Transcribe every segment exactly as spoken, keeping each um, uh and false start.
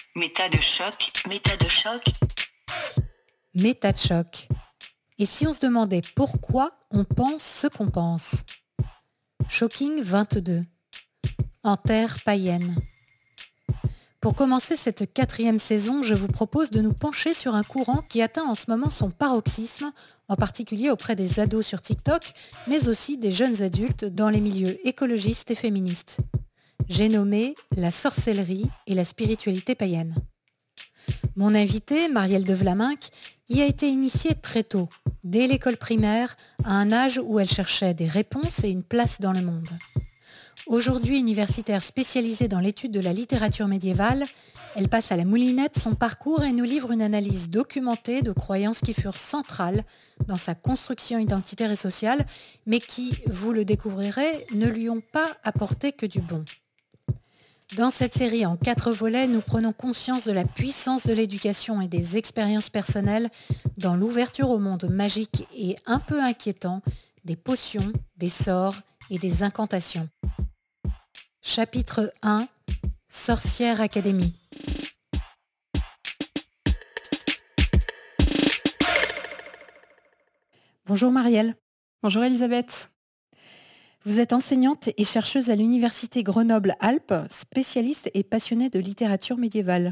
Méta de choc, méta de choc. Méta de choc. Et si on se demandait pourquoi on pense ce qu'on pense? Shocking vingt-deux. En terre païenne. Pour commencer cette quatrième saison, je vous propose de nous pencher sur un courant qui atteint en ce moment son paroxysme, en particulier auprès des ados sur TikTok, mais aussi des jeunes adultes dans les milieux écologistes et féministes. J'ai nommé la sorcellerie et la spiritualité païenne. Mon invitée, Marielle de Vlaminck, y a été initiée très tôt, dès l'école primaire, à un âge où elle cherchait des réponses et une place dans le monde. Aujourd'hui universitaire spécialisée dans l'étude de la littérature médiévale, elle passe à la moulinette son parcours et nous livre une analyse documentée de croyances qui furent centrales dans sa construction identitaire et sociale, mais qui, vous le découvrirez, ne lui ont pas apporté que du bon. Dans cette série en quatre volets, nous prenons conscience de la puissance de l'éducation et des expériences personnelles dans l'ouverture au monde magique et un peu inquiétant des potions, des sorts et des incantations. Chapitre un. Sorcière Academy. Bonjour Marielle. Bonjour Elisabeth. Vous êtes enseignante et chercheuse à l'université Grenoble-Alpes, spécialiste et passionnée de littérature médiévale.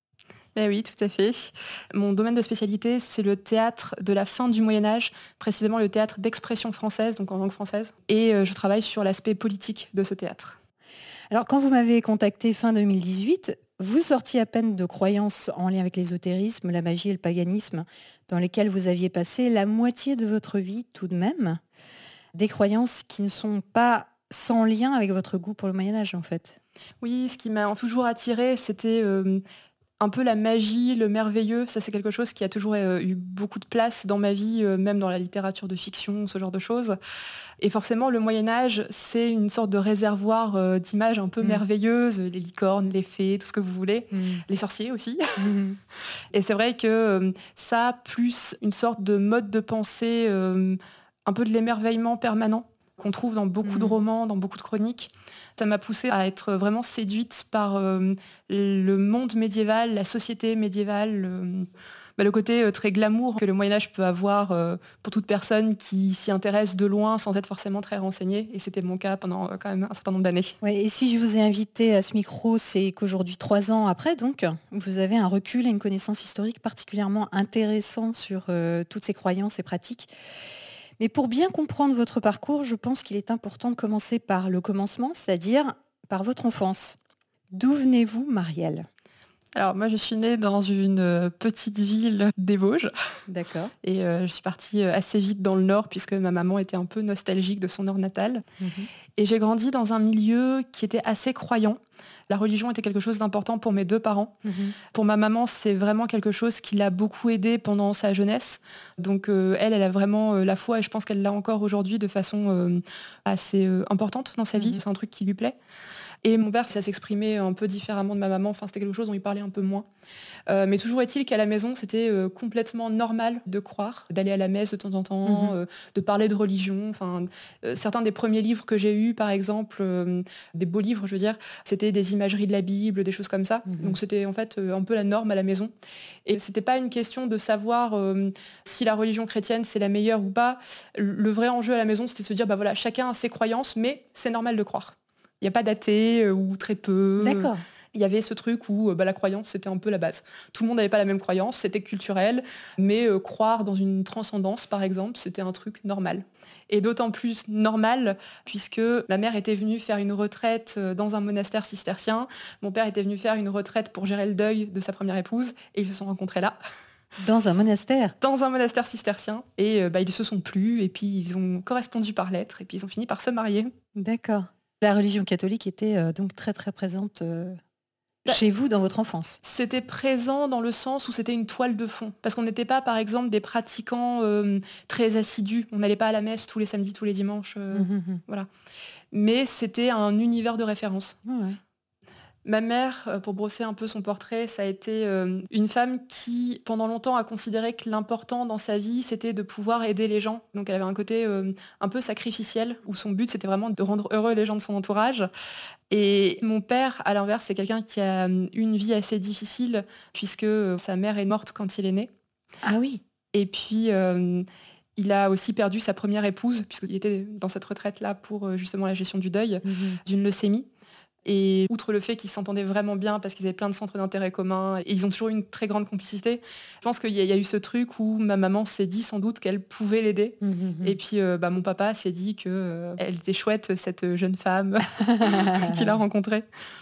Eh oui, tout à fait. Mon domaine de spécialité, c'est le théâtre de la fin du Moyen-Âge, précisément le théâtre d'expression française, donc en langue française. Et je travaille sur l'aspect politique de ce théâtre. Alors, quand vous m'avez contacté fin deux mille dix-huit, vous sortiez à peine de croyances en lien avec l'ésotérisme, la magie et le paganisme, dans lesquels vous aviez passé la moitié de votre vie tout de même. Des croyances qui ne sont pas sans lien avec votre goût pour le Moyen-Âge, en fait. Oui, ce qui m'a toujours attirée, c'était euh, un peu la magie, le merveilleux. Ça, c'est quelque chose qui a toujours euh, eu beaucoup de place dans ma vie, euh, même dans la littérature de fiction, ce genre de choses. Et forcément, le Moyen-Âge, c'est une sorte de réservoir euh, d'images un peu mmh. merveilleuses, les licornes, les fées, tout ce que vous voulez, mmh. les sorciers aussi. Mmh. Et c'est vrai que euh, ça, plus une sorte de mode de pensée, euh, un peu de l'émerveillement permanent, qu'on trouve dans beaucoup mmh. de romans, dans beaucoup de chroniques, ça m'a poussée à être vraiment séduite par euh, le monde médiéval, la société médiévale, le, bah, le côté euh, très glamour que le Moyen-Âge peut avoir euh, pour toute personne qui s'y intéresse de loin sans être forcément très renseignée. Et c'était mon cas pendant euh, quand même un certain nombre d'années. Ouais, et si je vous ai invité à ce micro, c'est qu'aujourd'hui, trois ans après, donc, vous avez un recul et une connaissance historique particulièrement intéressant sur euh, toutes ces croyances et pratiques. Mais pour bien comprendre votre parcours, je pense qu'il est important de commencer par le commencement, c'est-à-dire par votre enfance. D'où venez-vous, Marielle ? Alors moi, je suis née dans une petite ville des Vosges. D'accord. Et euh, je suis partie assez vite dans le Nord puisque ma maman était un peu nostalgique de son Nord natal. Mmh. Et j'ai grandi dans un milieu qui était assez croyant. La religion était quelque chose d'important pour mes deux parents. Mmh. Pour ma maman, c'est vraiment quelque chose qui l'a beaucoup aidée pendant sa jeunesse. Donc euh, elle, elle a vraiment euh, la foi et je pense qu'elle l'a encore aujourd'hui de façon euh, assez euh, importante dans sa vie. Mmh. C'est un truc qui lui plaît. Et mon père, ça s'exprimait un peu différemment de ma maman. Enfin, c'était quelque chose dont il parlait un peu moins. Euh, mais toujours est-il qu'à la maison, c'était euh, complètement normal de croire, d'aller à la messe de temps en temps, mmh. euh, de parler de religion. Enfin, euh, certains des premiers livres que j'ai eus, par exemple, euh, des beaux livres, je veux dire, c'était des imageries de la Bible, des choses comme ça. Mmh. Donc c'était en fait euh, un peu la norme à la maison. Et c'était pas une question de savoir euh, si la religion chrétienne c'est la meilleure ou pas. Le vrai enjeu à la maison, c'était de se dire, bah voilà, chacun a ses croyances, mais c'est normal de croire. Il n'y a pas d'athée euh, ou très peu. D'accord. Il y avait ce truc où bah, la croyance, c'était un peu la base. Tout le monde n'avait pas la même croyance, c'était culturel, mais euh, croire dans une transcendance, par exemple, c'était un truc normal. Et d'autant plus normal, puisque ma mère était venue faire une retraite dans un monastère cistercien, mon père était venu faire une retraite pour gérer le deuil de sa première épouse, et ils se sont rencontrés là. Dans un monastère ? Dans un monastère cistercien, et euh, bah, ils se sont plu, et puis ils ont correspondu par lettres, et puis ils ont fini par se marier. D'accord. La religion catholique était euh, donc très très présente euh, bah, chez vous dans votre enfance. C'était présent dans le sens où c'était une toile de fond. Parce qu'on n'était pas, par exemple, des pratiquants euh, très assidus. On n'allait pas à la messe tous les samedis, tous les dimanches. Euh, mmh, mmh. Voilà. Mais c'était un univers de référence. Ouais. Ma mère, euh, pour brosser un peu son portrait, ça a été euh, une femme qui, pendant longtemps, a considéré que l'important dans sa vie, c'était de pouvoir aider les gens. Donc elle avait un côté euh, un peu sacrificiel, où son but, c'était vraiment de rendre heureux les gens de son entourage. Et mon père, à l'inverse, c'est quelqu'un qui a eu une vie assez difficile, puisque euh, sa mère est morte quand il est né. Ah oui. Et puis, euh, il a aussi perdu sa première épouse, puisqu'il était dans cette retraite-là pour euh, justement la gestion du deuil, Mmh. d'une leucémie. Et outre le fait qu'ils s'entendaient vraiment bien parce qu'ils avaient plein de centres d'intérêt communs et ils ont toujours eu une très grande complicité, je pense qu'il y, a- il y a eu ce truc où ma maman s'est dit sans doute qu'elle pouvait l'aider. Mmh, mmh. Et puis euh, bah, mon papa s'est dit qu'elle était chouette, cette jeune femme qu'il a rencontrée.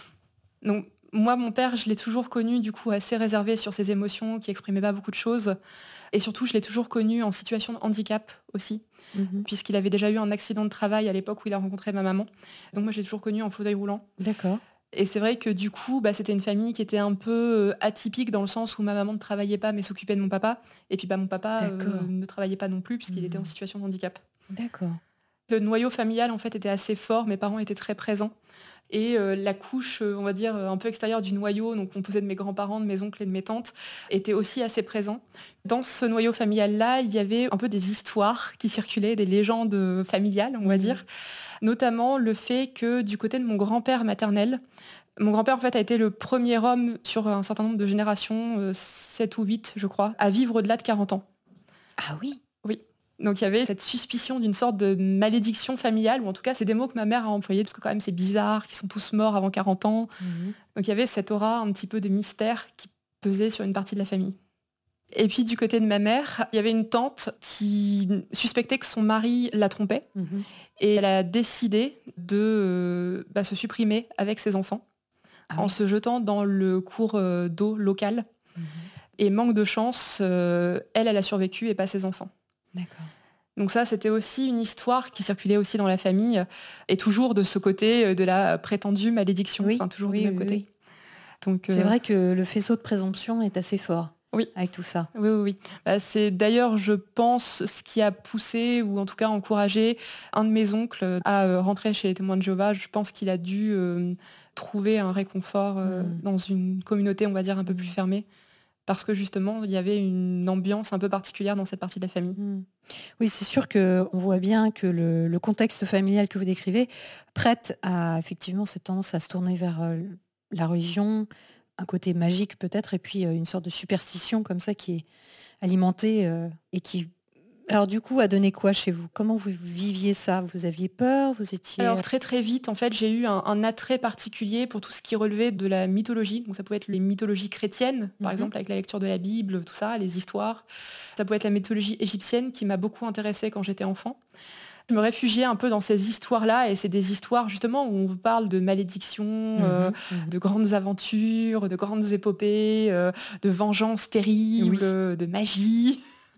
Donc moi, mon père, je l'ai toujours connu du coup assez réservé sur ses émotions, qui exprimait pas beaucoup de choses. Et surtout, je l'ai toujours connu en situation de handicap aussi, Mmh. puisqu'il avait déjà eu un accident de travail à l'époque où il a rencontré ma maman. Donc moi, je l'ai toujours connu en fauteuil roulant. D'accord. Et c'est vrai que du coup, bah, c'était une famille qui était un peu euh, atypique dans le sens où ma maman ne travaillait pas mais s'occupait de mon papa. Et puis bah, mon papa euh, D'accord. ne travaillait pas non plus puisqu'il Mhm. était en situation de handicap. D'accord. Le noyau familial en fait était assez fort, mes parents étaient très présents. Et euh, la couche, euh, on va dire, euh, un peu extérieure du noyau, donc composée de mes grands-parents, de mes oncles et de mes tantes, était aussi assez présent. Dans ce noyau familial-là, il y avait un peu des histoires qui circulaient, des légendes familiales, on va Mhm. dire. Notamment le fait que du côté de mon grand-père maternel, mon grand-père en fait a été le premier homme sur un certain nombre de générations, euh, sept ou huit je crois, à vivre au-delà de quarante ans. Ah oui. Oui. Donc il y avait cette suspicion d'une sorte de malédiction familiale, ou en tout cas c'est des mots que ma mère a employés, parce que quand même c'est bizarre qu'ils sont tous morts avant quarante ans. Mhm. Donc il y avait cette aura un petit peu de mystère qui pesait sur une partie de la famille. Et puis du côté de ma mère, il y avait une tante qui suspectait que son mari la trompait, Mhm. et elle a décidé de euh, bah, se supprimer avec ses enfants Ah en oui. se jetant dans le cours euh, d'eau local. Mhm. Et manque de chance, euh, elle, elle a survécu et pas ses enfants. D'accord. Donc ça, c'était aussi une histoire qui circulait aussi dans la famille, et toujours de ce côté de la prétendue malédiction, Oui, enfin toujours oui, du même oui, côté. oui. Donc, C'est euh, vrai que le faisceau de présomption est assez fort. Oui. Avec tout ça. Oui, oui, oui. Bah, c'est d'ailleurs, je pense, ce qui a poussé, ou en tout cas encouragé, un de mes oncles à euh, rentrer chez les témoins de Jéhovah. Je pense qu'il a dû euh, trouver un réconfort euh, Mm. dans une communauté, on va dire, un peu Mm. plus fermée. Parce que justement, il y avait une ambiance un peu particulière dans cette partie de la famille. Mm. Oui, c'est sûr qu'on voit bien que le, le contexte familial que vous décrivez prête à effectivement cette tendance à se tourner vers euh, la religion, un côté magique peut-être, et puis euh, une sorte de superstition comme ça qui est alimentée euh, et qui, alors du coup, a donné quoi chez vous? Comment vous viviez ça? Vous aviez peur? Vous étiez... Alors très très vite, en fait, j'ai eu un, un attrait particulier pour tout ce qui relevait de la mythologie. Donc ça pouvait être les mythologies chrétiennes, par Mhm. exemple avec la lecture de la Bible, tout ça, les histoires. Ça pouvait être la mythologie égyptienne qui m'a beaucoup intéressée quand j'étais enfant. Je me réfugiais un peu dans ces histoires-là, et c'est des histoires justement où on vous parle de malédictions, euh, Mhm. de grandes aventures, de grandes épopées, euh, de vengeances terribles, Oui. de magie,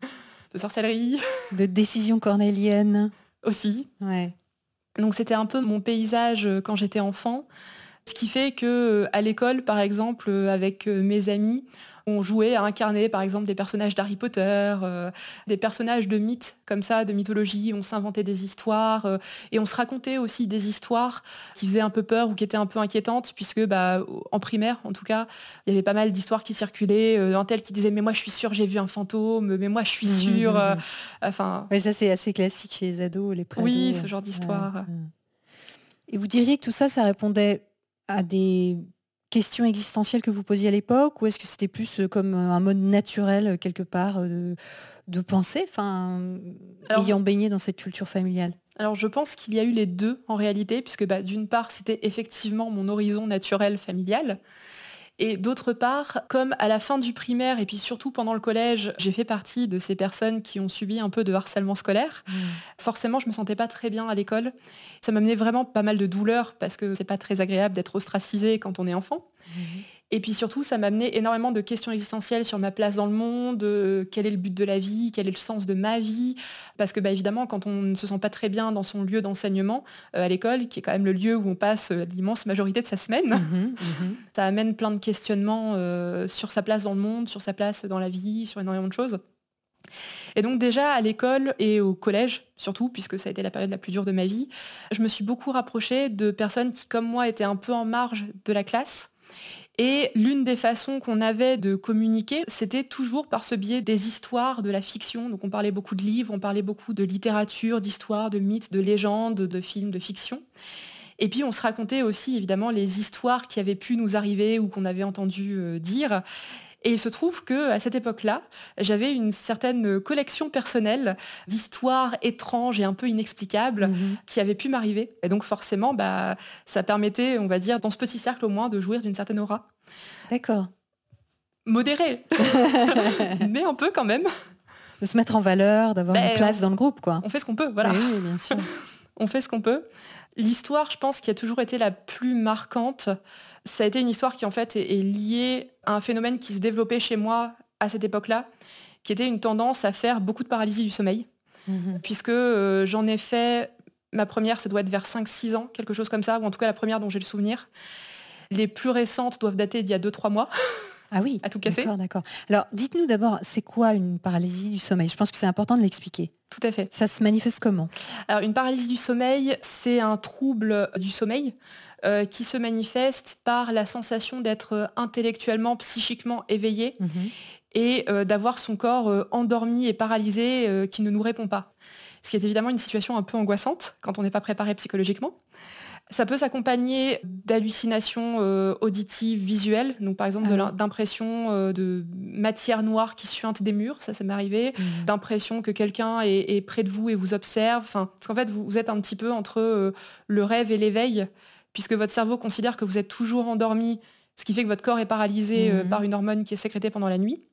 de sorcellerie De décision cornélienne. aussi. Ouais. Donc c'était un peu mon paysage euh, quand j'étais enfant. Ce qui fait que euh, à l'école, par exemple, euh, avec euh, mes amis, on jouait à incarner, par exemple, des personnages d'Harry Potter, euh, des personnages de mythes, comme ça, de mythologie. On s'inventait des histoires euh, et on se racontait aussi des histoires qui faisaient un peu peur ou qui étaient un peu inquiétantes, puisque, bah, en primaire, en tout cas, il y avait pas mal d'histoires qui circulaient. Euh, un tel qui disait mais moi je suis sûre j'ai vu un fantôme, mais moi je suis Mhm, sûre. mhm. euh, Enfin, Ouais, ça c'est assez classique chez les ados, les préados. oui, ce genre d'histoire. Ouais. Et vous diriez que tout ça, ça répondait à des questions existentielles que vous posiez à l'époque, ou est-ce que c'était plus euh, comme un mode naturel euh, quelque part euh, de, de penser, enfin, Alors, ayant baigné dans cette culture familiale? Alors je pense qu'il y a eu les deux en réalité, puisque bah, d'une part c'était effectivement mon horizon naturel familial, et d'autre part, comme à la fin du primaire et puis surtout pendant le collège, j'ai fait partie de ces personnes qui ont subi un peu de harcèlement scolaire, Mmh. forcément je me sentais pas très bien à l'école. Ça m'amenait vraiment pas mal de douleurs parce que c'est pas très agréable d'être ostracisé quand on est enfant. Mmh. Et puis surtout, ça m'a amené énormément de questions existentielles sur ma place dans le monde, euh, quel est le but de la vie, quel est le sens de ma vie. Parce que bah, évidemment, quand on ne se sent pas très bien dans son lieu d'enseignement, euh, à l'école, qui est quand même le lieu où on passe euh, l'immense majorité de sa semaine, Mmh, mmh. ça amène plein de questionnements euh, sur sa place dans le monde, sur sa place dans la vie, sur énormément de choses. Et donc déjà à l'école et au collège surtout, puisque ça a été la période la plus dure de ma vie, je me suis beaucoup rapprochée de personnes qui, comme moi, étaient un peu en marge de la classe. Et l'une des façons qu'on avait de communiquer, c'était toujours par ce biais des histoires, de la fiction. Donc on parlait beaucoup de livres, on parlait beaucoup de littérature, d'histoire, de mythes, de légendes, de films, de fiction. Et puis on se racontait aussi évidemment les histoires qui avaient pu nous arriver ou qu'on avait entendu euh, dire. Et il se trouve qu'à cette époque-là, j'avais une certaine collection personnelle d'histoires étranges et un peu inexplicables mmh. qui avaient pu m'arriver. Et donc forcément, bah, ça permettait, on va dire, dans ce petit cercle au moins, de jouir d'une certaine aura. D'accord. Modérée, mais un peu quand même. De se mettre en valeur, d'avoir bah, une place on, dans le groupe, quoi. On fait ce qu'on peut, voilà. Oui, oui, bien sûr. On fait ce qu'on peut. L'histoire, je pense, qui a toujours été la plus marquante, ça a été une histoire qui, en fait, est, est liée à un phénomène qui se développait chez moi à cette époque-là, qui était une tendance à faire beaucoup de paralysie du sommeil. Mmh. Puisque euh, j'en ai fait, ma première, ça doit être vers cinq six ans, quelque chose comme ça, ou en tout cas la première dont j'ai le souvenir. Les plus récentes doivent dater d'il y a deux trois mois. Ah oui, à tout casser. D'accord, d'accord. Alors, dites-nous d'abord, c'est quoi une paralysie du sommeil ? Je pense que c'est important de l'expliquer. Tout à fait. Ça se manifeste comment ? Alors, une paralysie du sommeil, c'est un trouble du sommeil euh, qui se manifeste par la sensation d'être intellectuellement, psychiquement éveillé mmh. et euh, d'avoir son corps euh, endormi et paralysé euh, qui ne nous répond pas. Ce qui est évidemment une situation un peu angoissante quand on n'est pas préparé psychologiquement. Ça peut s'accompagner d'hallucinations euh, auditives, visuelles, donc par exemple ah oui. d'impressions euh, de matière noire qui suinte des murs, ça, ça m'est arrivé, mmh. d'impression que quelqu'un est, est près de vous et vous observe, enfin, parce qu'en fait, vous, vous êtes un petit peu entre euh, le rêve et l'éveil, puisque votre cerveau considère que vous êtes toujours endormi, ce qui fait que votre corps est paralysé mmh. euh, par une hormone qui est sécrétée pendant la nuit.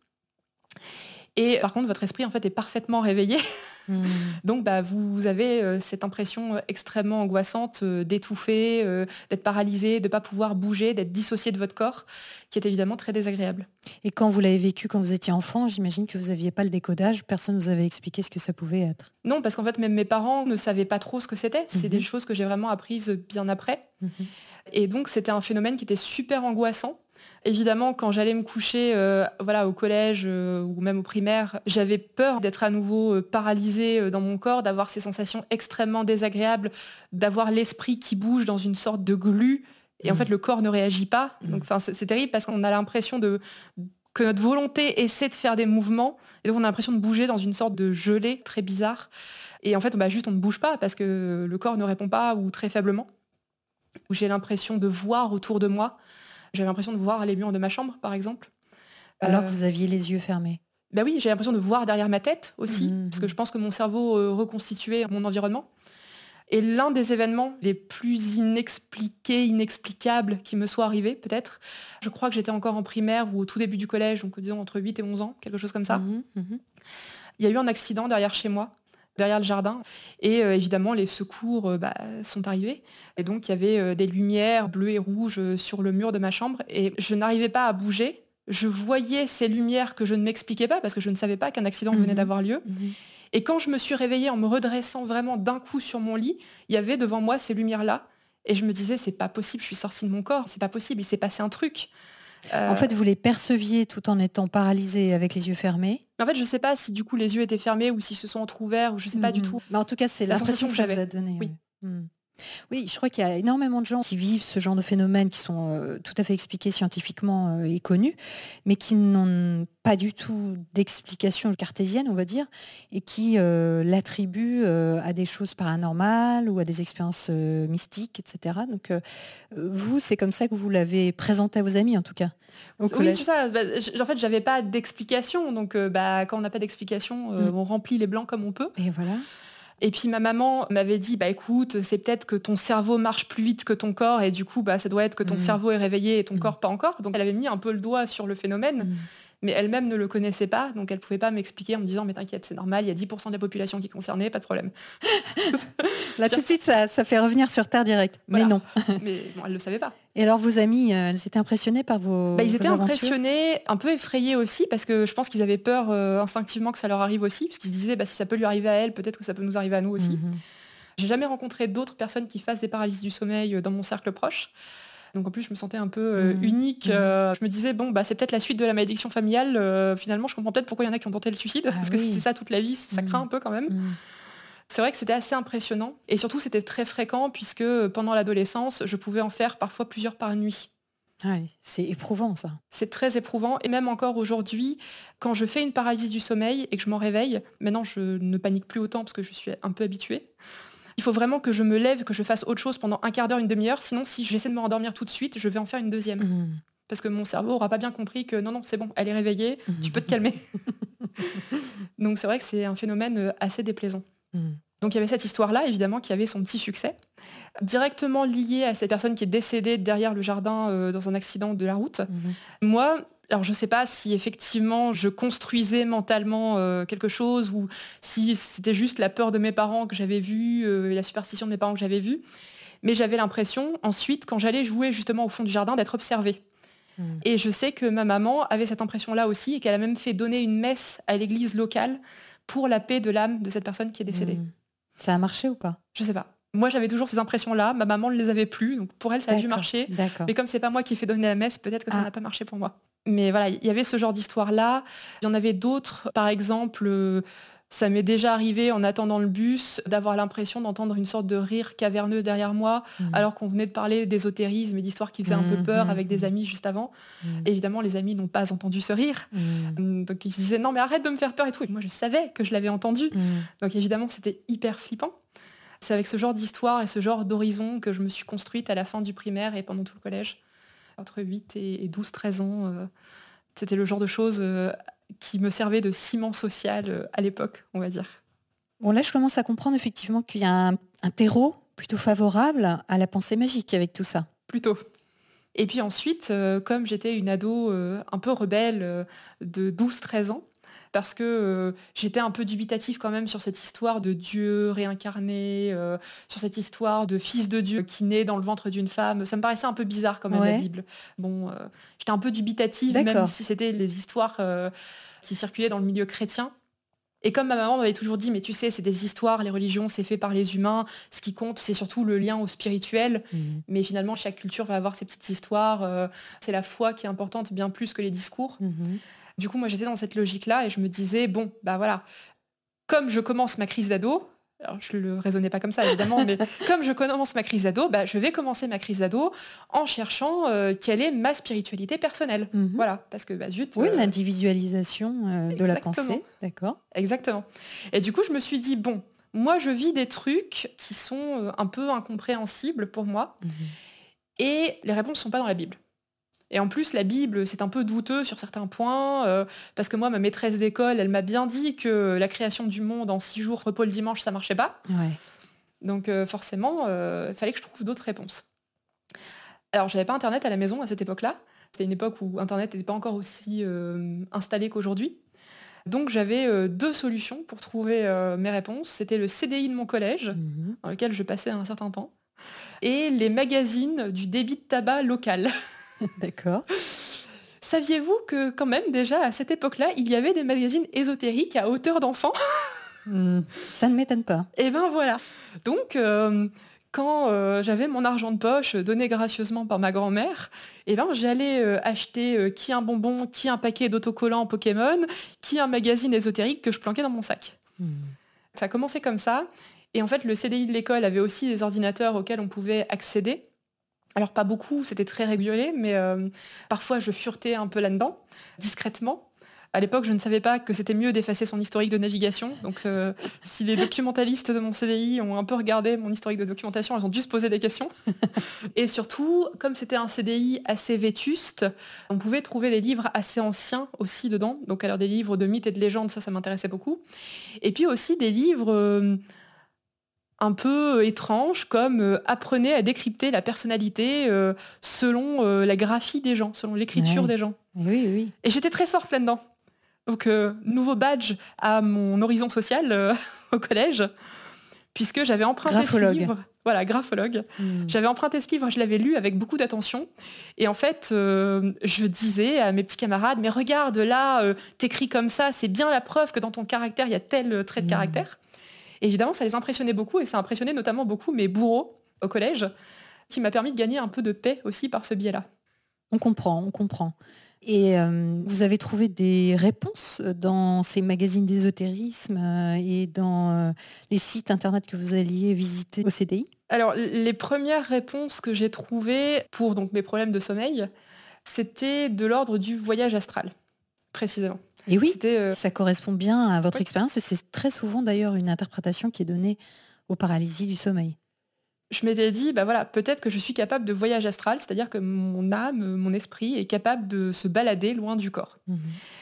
Et par contre, votre esprit en fait est parfaitement réveillé. Mmh. Donc, bah, vous avez euh, cette impression extrêmement angoissante euh, d'étouffer, euh, d'être paralysé, de ne pas pouvoir bouger, d'être dissocié de votre corps, qui est évidemment très désagréable. Et quand vous l'avez vécu quand vous étiez enfant, j'imagine que vous n'aviez pas le décodage, personne ne vous avait expliqué ce que ça pouvait être. Non, parce qu'en fait, même mes parents ne savaient pas trop ce que c'était. C'est mmh. des choses que j'ai vraiment apprises bien après. Mmh. Et donc, c'était un phénomène qui était super angoissant. Évidemment, quand j'allais me coucher euh, voilà, au collège euh, ou même au primaire, j'avais peur d'être à nouveau euh, paralysée euh, dans mon corps, d'avoir ces sensations extrêmement désagréables, d'avoir l'esprit qui bouge dans une sorte de glu, et mmh. en fait le corps ne réagit pas. Mmh. Donc, c'est, c'est terrible parce qu'on a l'impression de, que notre volonté essaie de faire des mouvements, et donc on a l'impression de bouger dans une sorte de gelée très bizarre. Et en fait, bah, juste on ne bouge pas parce que le corps ne répond pas ou très faiblement. J'ai l'impression de voir autour de moi. J'avais l'impression de voir les murs de ma chambre, par exemple. Alors euh, que vous aviez les yeux fermés. Ben oui, j'ai l'impression de voir derrière ma tête aussi, mmh. parce que je pense que mon cerveau euh, reconstituait mon environnement. Et l'un des événements les plus inexpliqués, inexplicables qui me soient arrivés, peut-être, je crois que j'étais encore en primaire ou au tout début du collège, donc disons entre huit et onze ans, quelque chose comme ça. Mmh. Mmh. Il y a eu un accident derrière chez moi, derrière le jardin. Et euh, évidemment, les secours euh, bah, sont arrivés. Et donc, il y avait euh, des lumières bleues et rouges euh, sur le mur de ma chambre. Et je n'arrivais pas à bouger. Je voyais ces lumières que je ne m'expliquais pas parce que je ne savais pas qu'un accident mmh. venait d'avoir lieu. Mmh. Et quand je me suis réveillée en me redressant vraiment d'un coup sur mon lit, il y avait devant moi ces lumières-là. Et je me disais, c'est pas possible, je suis sortie de mon corps. C'est pas possible, il s'est passé un truc. Euh... En fait, vous les perceviez tout en étant paralysés avec les yeux fermés. En fait, je sais pas si du coup les yeux étaient fermés ou s'ils se sont entrouverts ou je sais mmh. pas du tout. Mais en tout cas, c'est la l'impression sensation que, que ça vous a donné. Oui. Ouais. Mmh. Oui, je crois qu'il y a énormément de gens qui vivent ce genre de phénomènes qui sont euh, tout à fait expliqués scientifiquement euh, et connus, mais qui n'ont pas du tout d'explication cartésienne, on va dire, et qui euh, l'attribuent euh, à des choses paranormales ou à des expériences euh, mystiques, et cetera. Donc, euh, vous, c'est comme ça que vous l'avez présenté à vos amis, en tout cas, au collège. Oui, c'est ça. Bah, en fait, j'avais pas d'explication. Donc, euh, bah, quand on n'a pas d'explication, euh, mm. on remplit les blancs comme on peut. Et voilà. Et puis ma maman m'avait dit, bah écoute, c'est peut-être que ton cerveau marche plus vite que ton corps et du coup, bah, ça doit être que ton mmh. cerveau est réveillé et ton mmh. corps pas encore. Donc elle avait mis un peu le doigt sur le phénomène, mmh. mais elle-même ne le connaissait pas, donc elle pouvait pas m'expliquer en me disant, mais t'inquiète, c'est normal, il y a dix pour cent de la population qui est concernée, pas de problème. Là tout de suite, ça, ça fait revenir sur Terre direct, voilà. mais non. Mais bon, elle le savait pas. Et alors vos amis, euh, elles étaient impressionnées par vos bah, Ils étaient vos impressionnés, un peu effrayés aussi, parce que je pense qu'ils avaient peur euh, instinctivement que ça leur arrive aussi, parce qu'ils se disaient, bah, si ça peut lui arriver à elle, peut-être que ça peut nous arriver à nous aussi. Mmh. J'ai jamais rencontré d'autres personnes qui fassent des paralysies du sommeil dans mon cercle proche. Donc en plus, je me sentais un peu euh, mmh. unique. Euh, je me disais, bon, bah, c'est peut-être la suite de la malédiction familiale. Euh, finalement, je comprends peut-être pourquoi il y en a qui ont tenté le suicide, ah, parce que oui. si c'est ça toute la vie, ça mmh. craint un peu quand même. Mmh. C'est vrai que c'était assez impressionnant. Et surtout, c'était très fréquent, puisque pendant l'adolescence, je pouvais en faire parfois plusieurs par nuit. Ouais, c'est éprouvant ça. C'est très éprouvant. Et même encore aujourd'hui, quand je fais une paralysie du sommeil et que je m'en réveille, maintenant je ne panique plus autant parce que je suis un peu habituée. Il faut vraiment que je me lève, que je fasse autre chose pendant un quart d'heure, une demi-heure. Sinon, si j'essaie de me rendormir tout de suite, je vais en faire une deuxième. Mmh. Parce que mon cerveau aura pas bien compris que non, non, c'est bon, elle est réveillée, mmh. tu peux te calmer. Donc c'est vrai que c'est un phénomène assez déplaisant. Mmh. Donc il y avait cette histoire-là, évidemment, qui avait son petit succès, directement liée à cette personne qui est décédée derrière le jardin euh, dans un accident de la route. Mmh. Moi, alors je ne sais pas si effectivement je construisais mentalement euh, quelque chose ou si c'était juste la peur de mes parents que j'avais vue euh, et la superstition de mes parents que j'avais vue, mais j'avais l'impression ensuite, quand j'allais jouer justement au fond du jardin, d'être observée. Mmh. Et je sais que ma maman avait cette impression-là aussi et qu'elle a même fait donner une messe à l'église locale pour la paix de l'âme de cette personne qui est décédée. Mmh. Ça a marché ou pas? Je sais pas. Moi, j'avais toujours ces impressions-là. Ma maman ne les avait plus. Donc pour elle, ça a d'accord, dû marcher. D'accord. Mais comme c'est pas moi qui ai fait donner la messe, peut-être que ça ah. n'a pas marché pour moi. Mais voilà, il y avait ce genre d'histoire-là. Il y en avait d'autres. Par exemple, euh, ça m'est déjà arrivé en attendant le bus d'avoir l'impression d'entendre une sorte de rire caverneux derrière moi, mmh. alors qu'on venait de parler d'ésotérisme et d'histoires qui faisaient mmh, un peu peur mmh, avec des amis juste avant. Mmh. Évidemment, les amis n'ont pas entendu ce rire. Mmh. Donc ils se disaient non mais arrête de me faire peur et tout. Et moi, je savais que je l'avais entendu. Mmh. Donc évidemment, c'était hyper flippant. C'est avec ce genre d'histoire et ce genre d'horizon que je me suis construite à la fin du primaire et pendant tout le collège. Entre huit et douze treize ans, euh, c'était le genre de choses euh, qui me servait de ciment social euh, à l'époque, on va dire. Bon, là, je commence à comprendre effectivement qu'il y a un, un terreau plutôt favorable à la pensée magique avec tout ça. Plutôt. Et puis ensuite, euh, comme j'étais une ado euh, un peu rebelle euh, de douze treize ans, parce que euh, j'étais un peu dubitative quand même sur cette histoire de Dieu réincarné, euh, sur cette histoire de fils de Dieu qui naît dans le ventre d'une femme. Ça me paraissait un peu bizarre quand même, ouais. La Bible. Bon, euh, j'étais un peu dubitative, D'accord. Même si c'était les histoires euh, qui circulaient dans le milieu chrétien. Et comme ma maman m'avait toujours dit, mais tu sais, c'est des histoires, les religions, c'est fait par les humains, ce qui compte, c'est surtout le lien au spirituel. Mmh. Mais finalement, chaque culture va avoir ses petites histoires. Euh, c'est la foi qui est importante bien plus que les discours. Mmh. Du coup, moi, j'étais dans cette logique-là et je me disais, bon, bah voilà, comme je commence ma crise d'ado, alors je le raisonnais pas comme ça, évidemment, mais comme je commence ma crise d'ado, bah, je vais commencer ma crise d'ado en cherchant euh, quelle est ma spiritualité personnelle. Mm-hmm. Voilà, parce que, bah, zut... Oui, euh... l'individualisation euh, de la pensée, d'accord. Exactement. Et du coup, je me suis dit, bon, moi, je vis des trucs qui sont euh, un peu incompréhensibles pour moi, mm-hmm. et les réponses sont pas dans la Bible. Et en plus, la Bible, c'est un peu douteux sur certains points, euh, parce que moi, ma maîtresse d'école, elle m'a bien dit que la création du monde en six jours, repos le dimanche, ça marchait pas. Ouais. Donc euh, forcément, il euh, fallait que je trouve d'autres réponses. Alors, j'avais pas Internet à la maison à cette époque-là. C'était une époque où Internet n'était pas encore aussi euh, installé qu'aujourd'hui. Donc, j'avais euh, deux solutions pour trouver euh, mes réponses. C'était le C D I de mon collège, mmh. dans lequel je passais un certain temps, et les magazines du débit de tabac local. D'accord. Saviez-vous que quand même déjà à cette époque-là, il y avait des magazines ésotériques à hauteur d'enfant? mmh, Ça ne m'étonne pas. Et ben voilà. Donc euh, quand euh, j'avais mon argent de poche donné gracieusement par ma grand-mère, et ben j'allais euh, acheter euh, qui un bonbon, qui un paquet d'autocollants Pokémon, qui un magazine ésotérique que je planquais dans mon sac. Mmh. Ça a commencé comme ça. Et en fait, le C D I de l'école avait aussi des ordinateurs auxquels on pouvait accéder. Alors pas beaucoup, c'était très régulé, mais euh, parfois je furetais un peu là-dedans, discrètement. À l'époque, je ne savais pas que c'était mieux d'effacer son historique de navigation. Donc euh, si les documentalistes de mon C D I ont un peu regardé mon historique de documentation, ils ont dû se poser des questions. Et surtout, comme c'était un C D I assez vétuste, on pouvait trouver des livres assez anciens aussi dedans. Donc alors des livres de mythes et de légendes, ça, ça m'intéressait beaucoup. Et puis aussi des livres... Euh, un peu étrange, comme euh, apprenez à décrypter la personnalité euh, selon euh, la graphie des gens, selon l'écriture ouais. des gens. Oui, oui. Et j'étais très forte là-dedans. Donc, euh, nouveau badge à mon horizon social euh, au collège, puisque j'avais emprunté graphologue. ce livre. Voilà, graphologue. Mmh. J'avais emprunté ce livre, je l'avais lu avec beaucoup d'attention. Et en fait, euh, je disais à mes petits camarades, mais regarde, là, euh, t'écris comme ça, c'est bien la preuve que dans ton caractère, il y a tel trait de mmh. caractère. Et évidemment, ça les impressionnait beaucoup et ça impressionnait notamment beaucoup mes bourreaux au collège, qui m'a permis de gagner un peu de paix aussi par ce biais-là. On comprend, on comprend. Et euh, vous avez trouvé des réponses dans ces magazines d'ésotérisme euh, et dans euh, les sites internet que vous alliez visiter au C D I? Alors, les premières réponses que j'ai trouvées pour donc, mes problèmes de sommeil, C'était de l'ordre du voyage astral, précisément. Et oui, euh... ça correspond bien à votre oui. expérience et c'est très souvent d'ailleurs une interprétation qui est donnée aux paralysies du sommeil. Je m'étais dit, bah voilà, peut-être que je suis capable de voyage astral, c'est-à-dire que mon âme, mon esprit est capable de se balader loin du corps. Mmh.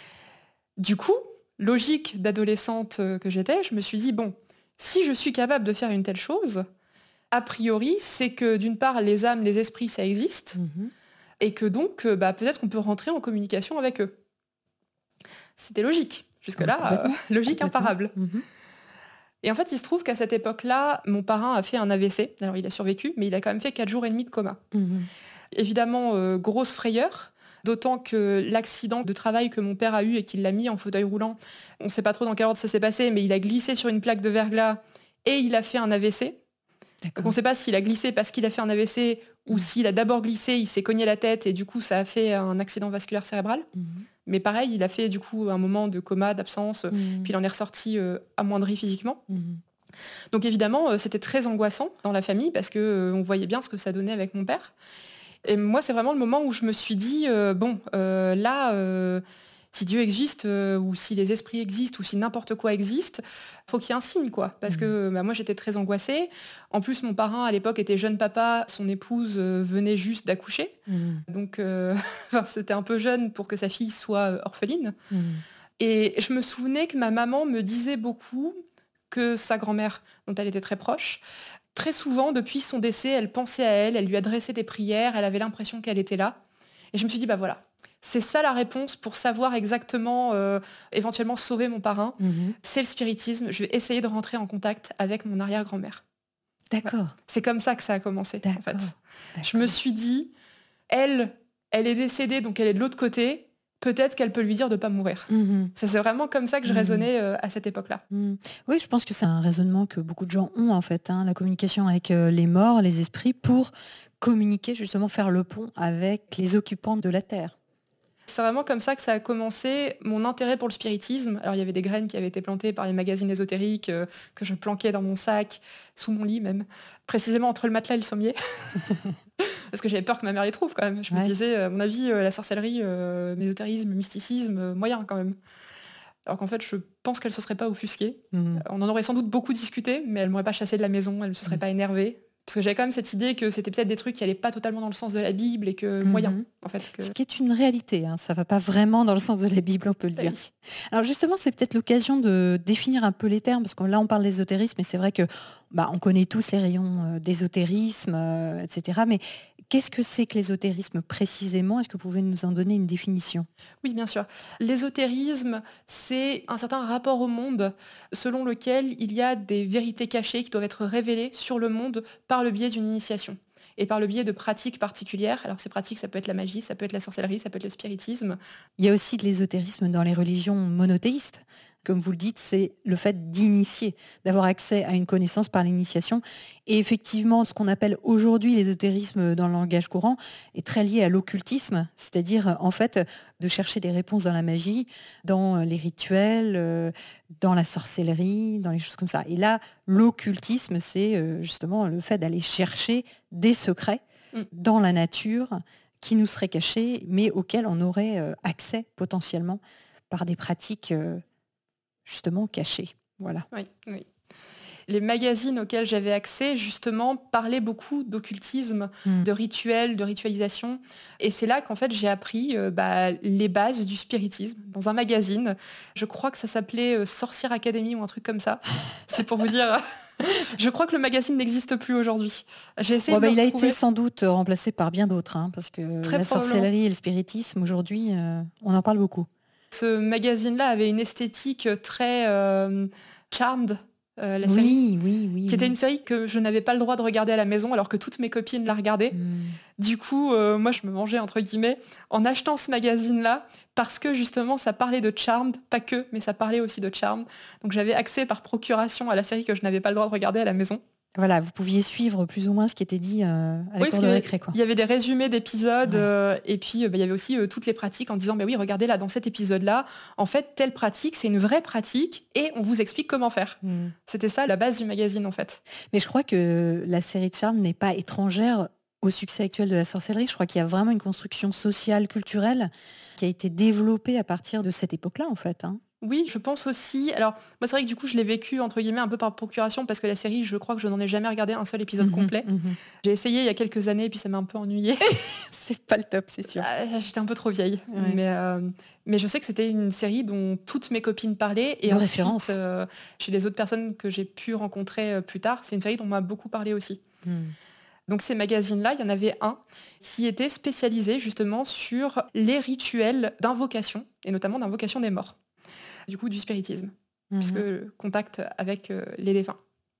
Du coup, logique d'adolescente que j'étais, je me suis dit, bon, si je suis capable de faire une telle chose, a priori, c'est que d'une part, les âmes, les esprits, ça existe, mmh. et que donc, bah, peut-être qu'on peut rentrer en communication avec eux. C'était logique. Jusque-là, ah, euh, logique imparable. Mmh. Et en fait, il se trouve qu'à cette époque-là, mon parrain a fait un A V C. Alors, il a survécu, mais il a quand même fait quatre jours et demi de coma. Mmh. Évidemment, euh, grosse frayeur, d'autant que l'accident de travail que mon père a eu et qu'il l'a mis en fauteuil roulant, on ne sait pas trop dans quel ordre ça s'est passé, mais il a glissé sur une plaque de verglas et il a fait un A V C. D'accord. Donc, on ne sait pas s'il a glissé parce qu'il a fait un A V C ou mmh. s'il a d'abord glissé, il s'est cogné la tête et du coup, ça a fait un accident vasculaire cérébral. Mmh. Mais pareil, il a fait du coup un moment de coma, d'absence, mmh. puis il en est ressorti euh, amoindri physiquement. Mmh. Donc évidemment, euh, c'était très angoissant dans la famille parce qu'on euh, voyait bien ce que ça donnait avec mon père. Et moi, c'est vraiment le moment où je me suis dit, euh, bon, euh, là, euh, si Dieu existe, euh, ou si les esprits existent, ou si n'importe quoi existe, faut qu'il y ait un signe, quoi. Parce mmh. que bah, moi, j'étais très angoissée. En plus, mon parrain, à l'époque, était jeune papa. Son épouse euh, venait juste d'accoucher. Mmh. Donc, euh, c'était un peu jeune pour que sa fille soit orpheline. Mmh. Et je me souvenais que ma maman me disait beaucoup que sa grand-mère, dont elle était très proche, très souvent, depuis son décès, elle pensait à elle, elle lui adressait des prières, elle avait l'impression qu'elle était là. Et je me suis dit, bah voilà, c'est ça la réponse pour savoir exactement, euh, éventuellement sauver mon parrain. Mmh. C'est le spiritisme. Je vais essayer de rentrer en contact avec mon arrière-grand-mère. D'accord. Ouais. C'est comme ça que ça a commencé, D'accord. en fait. D'accord. Je me suis dit, elle, elle est décédée, donc elle est de l'autre côté. Peut-être qu'elle peut lui dire de ne pas mourir. Mmh. Ça, c'est vraiment comme ça que je mmh. raisonnais euh, à cette époque-là. Mmh. Oui, je pense que c'est un raisonnement que beaucoup de gens ont, en fait, hein, la communication avec euh, les morts, les esprits, pour communiquer, justement, faire le pont avec les occupants de la Terre. C'est vraiment comme ça que ça a commencé, mon intérêt pour le spiritisme. Alors, il y avait des graines qui avaient été plantées par les magazines ésotériques euh, que je planquais dans mon sac, sous mon lit même, précisément entre le matelas et le sommier. Parce que j'avais peur que ma mère les trouve quand même. Je ouais. me disais, à mon avis, euh, la sorcellerie, euh, l'ésotérisme, le mysticisme, euh, moyen quand même. Alors qu'en fait, je pense qu'elle ne se serait pas offusquée. Mmh. On en aurait sans doute beaucoup discuté, mais elle ne m'aurait pas chassée de la maison, elle ne se serait mmh. pas énervée. Parce que j'avais quand même cette idée que c'était peut-être des trucs qui n'allaient pas totalement dans le sens de la Bible et que mmh. moyen, en fait. Que... Ce qui est une réalité, hein, ça ne va pas vraiment dans le sens de la Bible, on peut le dire. Oui. Alors justement, c'est peut-être l'occasion de définir un peu les termes, parce que là, on parle d'ésotérisme, et c'est vrai que bah, on connaît tous les rayons euh, d'ésotérisme, euh, et cetera. Mais qu'est-ce que c'est que l'ésotérisme précisément ? Est-ce que vous pouvez nous en donner une définition ? Oui, bien sûr. L'ésotérisme, c'est un certain rapport au monde selon lequel il y a des vérités cachées qui doivent être révélées sur le monde par le biais d'une initiation et par le biais de pratiques particulières. Alors ces pratiques, ça peut être la magie, ça peut être la sorcellerie, ça peut être le spiritisme. Il y a aussi de l'ésotérisme dans les religions monothéistes. Comme vous le dites, c'est le fait d'initier, d'avoir accès à une connaissance par l'initiation. Et effectivement, ce qu'on appelle aujourd'hui l'ésotérisme dans le langage courant est très lié à l'occultisme, c'est-à-dire en fait de chercher des réponses dans la magie, dans les rituels, dans la sorcellerie, dans les choses comme ça. Et là, l'occultisme, c'est justement le fait d'aller chercher des secrets mmh. dans la nature qui nous seraient cachés, mais auxquels on aurait accès potentiellement par des pratiques justement cachées. Voilà. Oui, oui. Les magazines auxquels j'avais accès, justement, parlaient beaucoup d'occultisme, mmh. de rituels, de ritualisation. Et c'est là qu'en fait, j'ai appris euh, bah, les bases du spiritisme dans un magazine. Je crois que ça s'appelait euh, Sorcière Academy ou un truc comme ça. C'est pour vous dire... Je crois que le magazine n'existe plus aujourd'hui. J'ai essayé ouais, de bah, il a retrouver... été sans doute remplacé par bien d'autres, hein, parce que Très la sorcellerie et le spiritisme, aujourd'hui, euh, on en parle beaucoup. Ce magazine-là avait une esthétique très euh, charmed, euh, la oui, série, oui, oui, qui était oui. une série que je n'avais pas le droit de regarder à la maison, alors que toutes mes copines la regardaient. Mm. Du coup, euh, moi, je me mangeais, entre guillemets, en achetant ce magazine-là, parce que justement, ça parlait de Charmed, pas que, mais ça parlait aussi de Charmed. Donc j'avais accès par procuration à la série que je n'avais pas le droit de regarder à la maison. Voilà, vous pouviez suivre plus ou moins ce qui était dit euh, à la oui, cour de récré. Quoi. Il y avait des résumés d'épisodes, ouais. euh, et puis bah, il y avait aussi euh, toutes les pratiques en disant bah oui, regardez là, dans cet épisode-là, en fait, telle pratique, c'est une vraie pratique, et on vous explique comment faire. Mm. C'était ça la base du magazine, en fait. Mais je crois que la série de Charmed n'est pas étrangère au succès actuel de la sorcellerie. Je crois qu'il y a vraiment une construction sociale, culturelle, qui a été développée à partir de cette époque-là, en fait. Hein. Oui, je pense aussi. Alors, moi, c'est vrai que du coup, je l'ai vécu, entre guillemets, un peu par procuration, parce que la série, je crois que je n'en ai jamais regardé un seul épisode Mmh, complet. mmh. J'ai essayé il y a quelques années, puis ça m'a un peu ennuyée. C'est pas le top, c'est sûr. Ah, j'étais un peu trop vieille. Ouais. Mais, euh, mais je sais que c'était une série dont toutes mes copines parlaient. Et De ensuite, référence. euh, chez les autres personnes que j'ai pu rencontrer euh, plus tard, c'est une série dont on m'a beaucoup parlé aussi. Mmh. Donc ces magazines-là, il y en avait un qui était spécialisé justement sur les rituels d'invocation, et notamment d'invocation des morts. Du coup, du spiritisme, Mmh. puisque le contact avec euh, les défunts.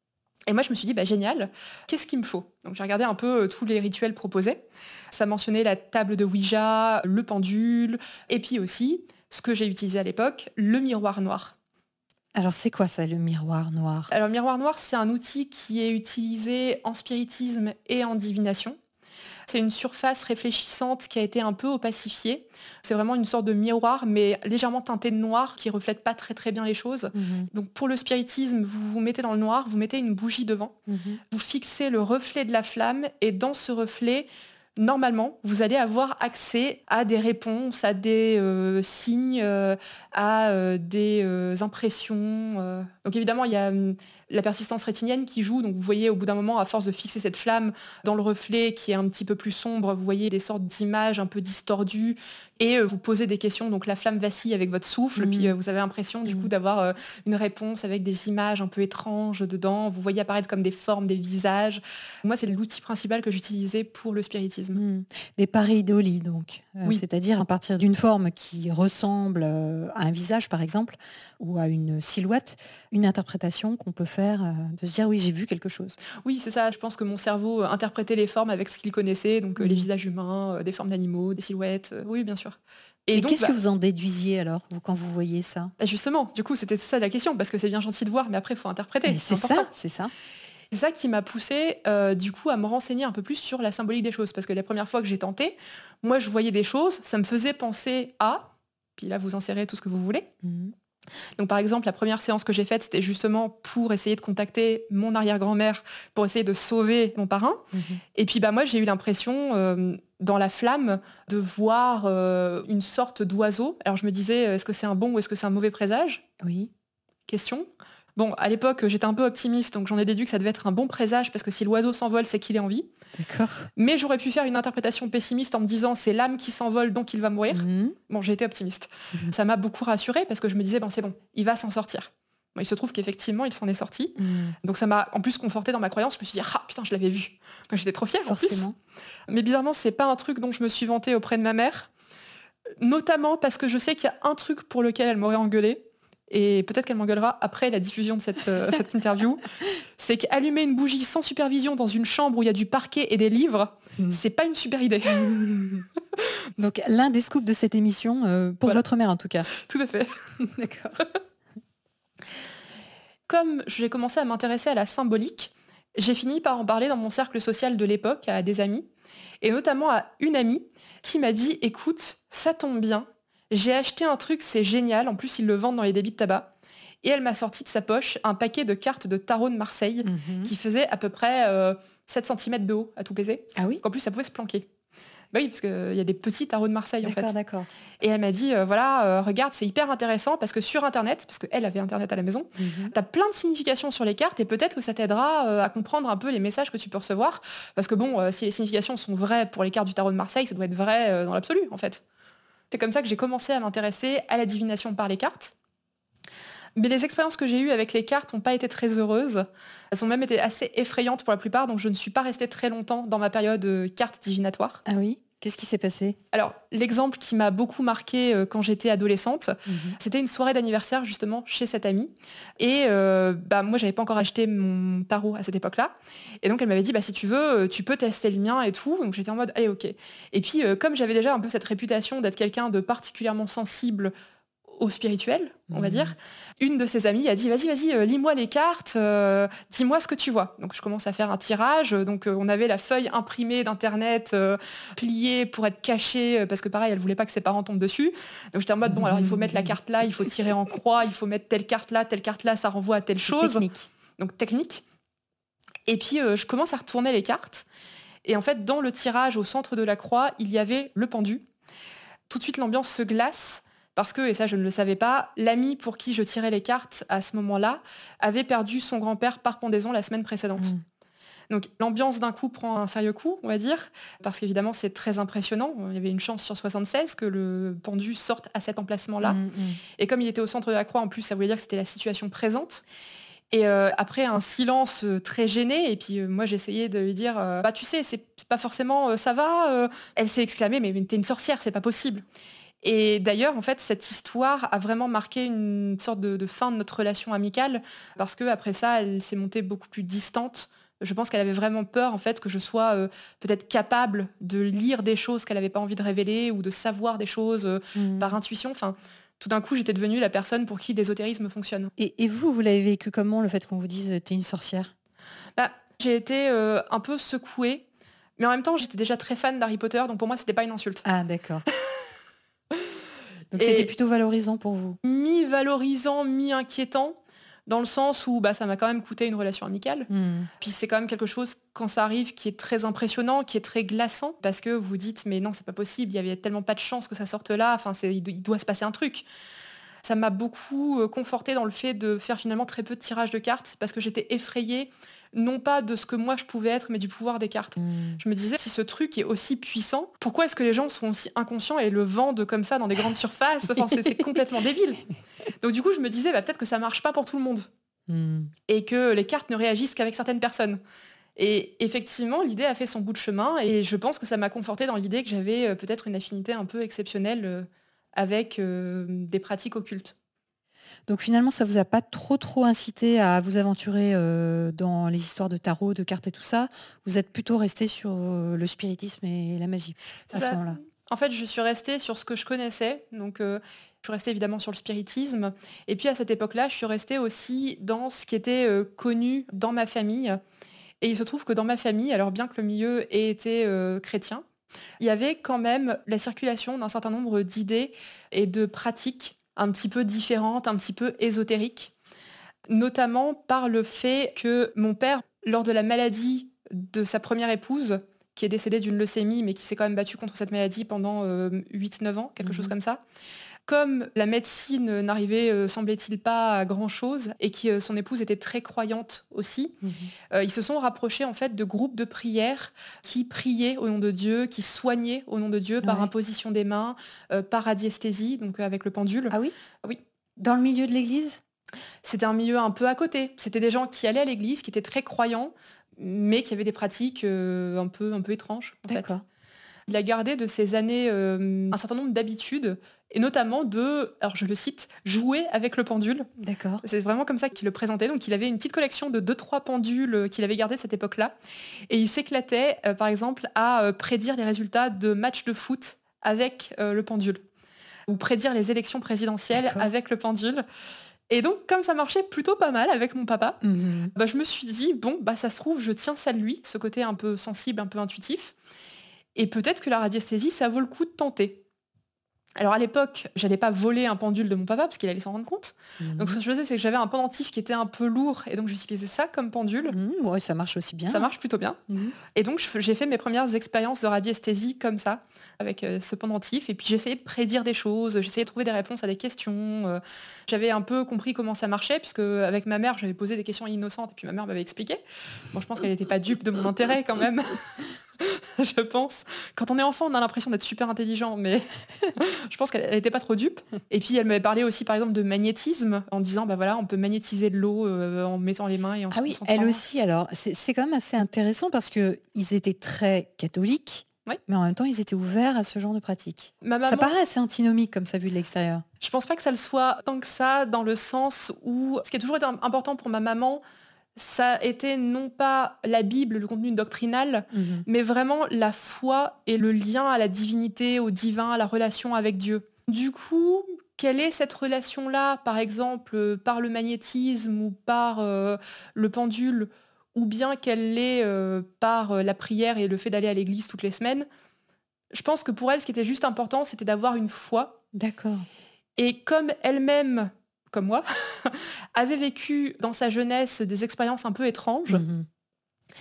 Et moi, je me suis dit, bah, génial, qu'est-ce qu'il me faut? Donc j'ai regardé un peu euh, tous les rituels proposés. Ça mentionnait la table de Ouija, le pendule, et puis aussi, ce que j'ai utilisé à l'époque, le miroir noir. Alors, c'est quoi ça, le miroir noir? Alors, le miroir noir, c'est un outil qui est utilisé en spiritisme et en divination. C'est une surface réfléchissante qui a été un peu opacifiée. C'est vraiment une sorte de miroir, mais légèrement teinté de noir, qui reflète pas très très bien les choses. Mmh. Donc pour le spiritisme, vous vous mettez dans le noir, vous mettez une bougie devant, Mmh. vous fixez le reflet de la flamme, et dans ce reflet, normalement, vous allez avoir accès à des réponses, à des euh, signes, euh, à euh, des euh, impressions. euh. Donc évidemment, il y a hum, la persistance rétinienne qui joue. Donc vous voyez, au bout d'un moment, à force de fixer cette flamme dans le reflet qui est un petit peu plus sombre, vous voyez des sortes d'images un peu distordues, et euh, vous posez des questions. Donc la flamme vacille avec votre souffle, Mmh. puis euh, vous avez l'impression du coup Mmh. d'avoir euh, une réponse avec des images un peu étranges dedans. Vous voyez apparaître comme des formes, des visages. Moi, c'est l'outil principal que j'utilisais pour le spiritisme. Mmh. Des pareidolie, donc. Euh, Oui. C'est-à-dire à partir d'une forme qui ressemble euh, à un visage, par exemple, ou à une silhouette, une interprétation qu'on peut faire, euh, de se dire, oui, j'ai vu quelque chose. Oui, c'est ça. Je pense que mon cerveau euh, interprétait les formes avec ce qu'il connaissait, donc euh, Mhm. les visages humains, euh, des formes d'animaux, des silhouettes. euh, oui, bien sûr. Et, Et donc, qu'est-ce bah, que vous en déduisiez alors, vous, quand vous voyez ça? bah, justement, du coup, c'était ça la question, parce que c'est bien gentil de voir, mais après, il faut interpréter. Et C'est important. ça, c'est ça. C'est ça qui m'a poussée, euh, du coup, à me renseigner un peu plus sur la symbolique des choses, parce que les premières fois que j'ai tenté, moi, je voyais des choses, ça me faisait penser à, puis là, vous insérez tout ce que vous voulez. Mhm. Donc par exemple, la première séance que j'ai faite, c'était justement pour essayer de contacter mon arrière-grand-mère, pour essayer de sauver mon parrain. Mhm. Et puis bah, moi, j'ai eu l'impression, euh, dans la flamme, de voir euh, une sorte d'oiseau. Alors je me disais, est-ce que c'est un bon ou est-ce que c'est un mauvais présage? Oui. Question. Bon, à l'époque, j'étais un peu optimiste, donc j'en ai déduit que ça devait être un bon présage, parce que si l'oiseau s'envole, c'est qu'il est en vie. D'accord. Mais j'aurais pu faire une interprétation pessimiste en me disant, c'est l'âme qui s'envole, donc il va mourir. Mhm. Bon, j'ai été optimiste. Mhm. Ça m'a beaucoup rassurée parce que je me disais, bon, c'est bon, il va s'en sortir. Bon, il se trouve qu'effectivement, il s'en est sorti. Mhm. Donc ça m'a en plus conforté dans ma croyance. Je me suis dit, ah putain, je l'avais vu. Enfin, j'étais trop fière en plus. Forcément. Mais bizarrement, c'est pas un truc dont je me suis vantée auprès de ma mère. Notamment parce que je sais qu'il y a un truc pour lequel elle m'aurait engueulée. Et peut-être qu'elle m'engueulera après la diffusion de cette, euh, cette interview. C'est qu'allumer une bougie sans supervision dans une chambre où il y a du parquet et des livres, Mhm. c'est pas une super idée. Donc l'un des scoops de cette émission, euh, pour Voilà. votre mère en tout cas. Tout à fait. D'accord. Comme j'ai commencé à m'intéresser à la symbolique, j'ai fini par en parler dans mon cercle social de l'époque à des amis, et notamment à une amie qui m'a dit, écoute, ça tombe bien, j'ai acheté un truc, c'est génial, en plus ils le vendent dans les débits de tabac, et elle m'a sorti de sa poche un paquet de cartes de tarot de Marseille Mhm. qui faisait à peu près euh, sept centimètres de haut à tout peser, Ah oui. donc en plus ça pouvait se planquer. Bah oui, parce qu'il y a des petits tarots de Marseille en fait. D'accord, d'accord. Et elle m'a dit, euh, voilà, euh, regarde, c'est hyper intéressant parce que sur Internet, parce qu'elle avait Internet à la maison, Mhm. t'as plein de significations sur les cartes et peut-être que ça t'aidera euh, à comprendre un peu les messages que tu peux recevoir. Parce que bon, euh, si les significations sont vraies pour les cartes du tarot de Marseille, ça doit être vrai euh, dans l'absolu, en fait. C'est comme ça que j'ai commencé à m'intéresser à la divination par les cartes. Mais les expériences que j'ai eues avec les cartes n'ont pas été très heureuses. Elles ont même été assez effrayantes pour la plupart, donc je ne suis pas restée très longtemps dans ma période euh, carte divinatoire. Ah oui. Qu'est-ce qui s'est passé? Alors, l'exemple qui m'a beaucoup marqué euh, quand j'étais adolescente, Mhm. c'était une soirée d'anniversaire justement chez cette amie. Et euh, bah, moi, j'avais pas encore acheté mon tarot à cette époque-là. Et donc, elle m'avait dit, bah, si tu veux, tu peux tester le mien et tout. Donc, j'étais en mode, allez, ok. Et puis, euh, comme j'avais déjà un peu cette réputation d'être quelqu'un de particulièrement sensible au spirituel, on va Mhm. dire, une de ses amies a dit, vas-y, vas-y, euh, lis-moi les cartes, euh, dis-moi ce que tu vois. Donc, je commence à faire un tirage. Donc, euh, on avait la feuille imprimée d'Internet, euh, pliée pour être cachée, euh, parce que pareil, elle voulait pas que ses parents tombent dessus. Donc, j'étais en mode, bon, alors il faut mettre la carte là, il faut tirer en croix, il faut mettre telle carte là, telle carte là, ça renvoie à telle C'est chose. technique. Donc, technique. Et puis, euh, je commence à retourner les cartes. Et en fait, dans le tirage au centre de la croix, il y avait le pendu. Tout de suite, l'ambiance se glace parce que, et ça je ne le savais pas, l'ami pour qui je tirais les cartes à ce moment-là avait perdu son grand-père par pendaison la semaine précédente. Mmh. Donc l'ambiance d'un coup prend un sérieux coup, on va dire, parce qu'évidemment c'est très impressionnant. Il y avait une chance sur soixante-seize que le pendu sorte à cet emplacement-là. Mmh, mmh. Et comme il était au centre de la croix, en plus, ça voulait dire que c'était la situation présente. Et euh, après un silence euh, très gêné, et puis euh, moi j'essayais de lui dire euh, bah tu sais, c'est pas forcément euh, ça va. Euh. Elle s'est exclamée mais, mais t'es une sorcière, c'est pas possible. Et d'ailleurs, en fait, cette histoire a vraiment marqué une sorte de, de fin de notre relation amicale, parce que après ça, elle s'est montée beaucoup plus distante. Je pense qu'elle avait vraiment peur, en fait, que je sois euh, peut-être capable de lire des choses qu'elle n'avait pas envie de révéler ou de savoir des choses euh, mmh. par intuition. Enfin, tout d'un coup, j'étais devenue la personne pour qui l'ésotérisme fonctionne. Et, et vous, vous l'avez vécu comment, le fait qu'on vous dise « t'es une sorcière » ? Bah, j'ai été euh, un peu secouée, mais en même temps, j'étais déjà très fan d'Harry Potter, donc pour moi, c'était pas une insulte. Ah, d'accord. Donc et c'était plutôt valorisant pour vous ? Mi-valorisant, mi-inquiétant, dans le sens où bah, ça m'a quand même coûté une relation amicale. Mmh. Puis c'est quand même quelque chose, quand ça arrive, qui est très impressionnant, qui est très glaçant, parce que vous dites, mais non, c'est pas possible, il y avait tellement pas de chance que ça sorte là, enfin, c'est, il doit se passer un truc. Ça m'a beaucoup confortée dans le fait de faire finalement très peu de tirage de cartes, parce que j'étais effrayée, non pas de ce que moi je pouvais être, mais du pouvoir des cartes. Mmh. Je me disais, si ce truc est aussi puissant, pourquoi est-ce que les gens sont aussi inconscients et le vendent comme ça dans des grandes surfaces ? Enfin, c'est, c'est complètement débile. Donc du coup, je me disais, bah, peut-être que ça marche pas pour tout le monde. Mmh. Et que les cartes ne réagissent qu'avec certaines personnes. Et effectivement, l'idée a fait son bout de chemin, et je pense que ça m'a confortée dans l'idée que j'avais peut-être une affinité un peu exceptionnelle avec euh, des pratiques occultes. Donc finalement, ça vous a pas trop trop incité à vous aventurer euh, dans les histoires de tarot, de cartes et tout ça. Vous êtes plutôt resté sur euh, le spiritisme et la magie à ça, ce moment-là. En fait, je suis restée sur ce que je connaissais. Donc, euh, je suis restée évidemment sur le spiritisme. Et puis à cette époque-là, je suis restée aussi dans ce qui était euh, connu dans ma famille. Et il se trouve que dans ma famille, alors bien que le milieu ait été euh, chrétien, il y avait quand même la circulation d'un certain nombre d'idées et de pratiques un petit peu différentes, un petit peu ésotériques, notamment par le fait que mon père, lors de la maladie de sa première épouse, qui est décédée d'une leucémie, mais qui s'est quand même battue contre cette maladie pendant euh, huit neuf ans, quelque mmh. chose comme ça, comme la médecine n'arrivait, euh, semblait-il, pas à grand-chose, et que euh, son épouse était très croyante aussi, mmh. euh, ils se sont rapprochés en fait de groupes de prières qui priaient au nom de Dieu, qui soignaient au nom de Dieu par ouais. imposition des mains, euh, par radiesthésie, donc euh, avec le pendule. Ah oui ? Oui. Dans le milieu de l'église ? C'était un milieu un peu à côté. C'était des gens qui allaient à l'église, qui étaient très croyants, mais qui avaient des pratiques euh, un peu, un peu étranges. En D'accord. Fait. Il a gardé de ces années euh, un certain nombre d'habitudes, et notamment de, alors je le cite, jouer avec le pendule. D'accord. C'est vraiment comme ça qu'il le présentait. Donc il avait une petite collection de deux trois pendules qu'il avait gardé à cette époque-là. Et il s'éclatait, euh, par exemple, à euh, prédire les résultats de matchs de foot avec euh, le pendule. Ou prédire les élections présidentielles D'accord. avec le pendule. Et donc, comme ça marchait plutôt pas mal avec mon papa, mmh. bah, je me suis dit, bon, bah, ça se trouve, je tiens ça de lui, ce côté un peu sensible, un peu intuitif. Et peut-être que la radiesthésie, ça vaut le coup de tenter. Alors à l'époque, j'allais pas voler un pendule de mon papa parce qu'il allait s'en rendre compte. Mmh. Donc ce que je faisais, c'est que j'avais un pendentif qui était un peu lourd et donc j'utilisais ça comme pendule. Mmh, ouais, ça marche aussi bien. Ça marche plutôt bien. Mmh. Et donc j'ai fait mes premières expériences de radiesthésie comme ça, avec euh, ce pendentif. Et puis j'essayais de prédire des choses, j'essayais de trouver des réponses à des questions. Euh, j'avais un peu compris comment ça marchait puisque avec ma mère, j'avais posé des questions innocentes et puis ma mère m'avait expliqué. Bon, je pense qu'elle n'était pas dupe de mon intérêt quand même. Je pense. Quand on est enfant, on a l'impression d'être super intelligent, mais je pense qu'elle n'était pas trop dupe. Et puis elle m'avait parlé aussi, par exemple, de magnétisme, en disant, bah voilà, on peut magnétiser de l'eau euh, en mettant les mains et en ah se oui, concentrant. Elle aussi, alors, c'est, c'est quand même assez intéressant parce qu'ils étaient très catholiques, oui. mais en même temps, ils étaient ouverts à ce genre de pratique. Maman... Ça paraît assez antinomique comme ça vu de l'extérieur. Je pense pas que ça le soit tant que ça, dans le sens où, ce qui a toujours été important pour ma maman, ça a été non pas la Bible, le contenu doctrinal, mmh. mais vraiment la foi et le lien à la divinité, au divin, à la relation avec Dieu. Du coup, quelle est cette relation-là, par exemple, par le magnétisme ou par euh, le pendule, ou bien qu'elle l'est euh, par la prière et le fait d'aller à l'église toutes les semaines ? Je pense que pour elle, ce qui était juste important, c'était d'avoir une foi. D'accord. Et comme elle-même... comme moi, avait vécu dans sa jeunesse des expériences un peu étranges, mmh.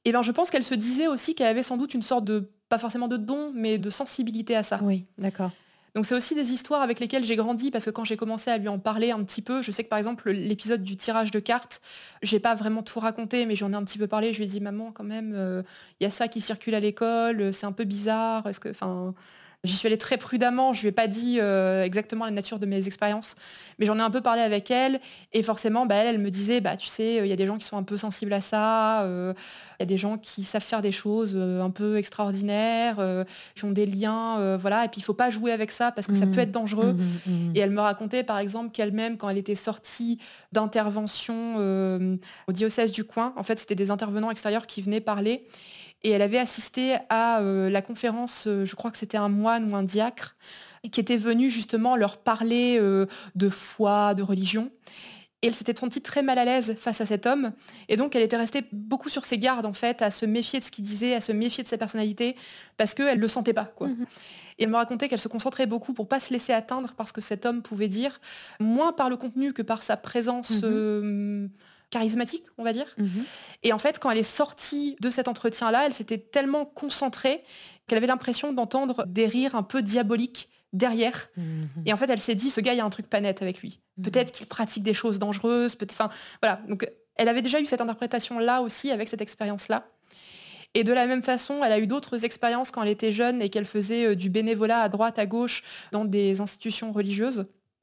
Et ben je pense qu'elle se disait aussi qu'elle avait sans doute une sorte de, pas forcément de don, mais de sensibilité à ça. Oui, d'accord. Donc c'est aussi des histoires avec lesquelles j'ai grandi, parce que quand j'ai commencé à lui en parler un petit peu, je sais que par exemple l'épisode du tirage de cartes, j'ai pas vraiment tout raconté, mais j'en ai un petit peu parlé. Je lui ai dit, maman, quand même, il euh, y a ça qui circule à l'école, c'est un peu bizarre. Est-ce que, enfin, j'y suis allée très prudemment. Je lui ai pas dit euh, exactement la nature de mes expériences, mais j'en ai un peu parlé avec elle. Et forcément, bah, elle, elle me disait, bah tu sais, il y a des gens qui sont un peu sensibles à ça. Il euh, y a des gens qui savent faire des choses euh, un peu extraordinaires, euh, qui ont des liens, euh, voilà. Et puis il faut pas jouer avec ça parce que mmh. ça peut être dangereux. Mmh, mmh. Et elle me racontait, par exemple, qu'elle-même, quand elle était sortie d'intervention euh, au diocèse du coin, en fait, c'était des intervenants extérieurs qui venaient parler. Et elle avait assisté à euh, la conférence, euh, je crois que c'était un moine ou un diacre, qui était venu justement leur parler euh, de foi, de religion. Et elle s'était sentie très mal à l'aise face à cet homme. Et donc, elle était restée beaucoup sur ses gardes, en fait, à se méfier de ce qu'il disait, à se méfier de sa personnalité, parce qu'elle ne le sentait pas, quoi. Mmh. Et elle me racontait qu'elle se concentrait beaucoup pour ne pas se laisser atteindre par ce que cet homme pouvait dire, moins par le contenu que par sa présence... Mmh. Euh, charismatique, on va dire. Mmh. Et en fait, quand elle est sortie de cet entretien-là, elle s'était tellement concentrée qu'elle avait l'impression d'entendre des rires un peu diaboliques derrière. Mmh. Et en fait, elle s'est dit, ce gars, il y a un truc pas net avec lui. Mmh. Peut-être qu'il pratique des choses dangereuses, peut-être... Enfin, voilà. Donc, elle avait déjà eu cette interprétation-là aussi, avec cette expérience-là. Et de la même façon, elle a eu d'autres expériences quand elle était jeune et qu'elle faisait du bénévolat à droite, à gauche, dans des institutions religieuses.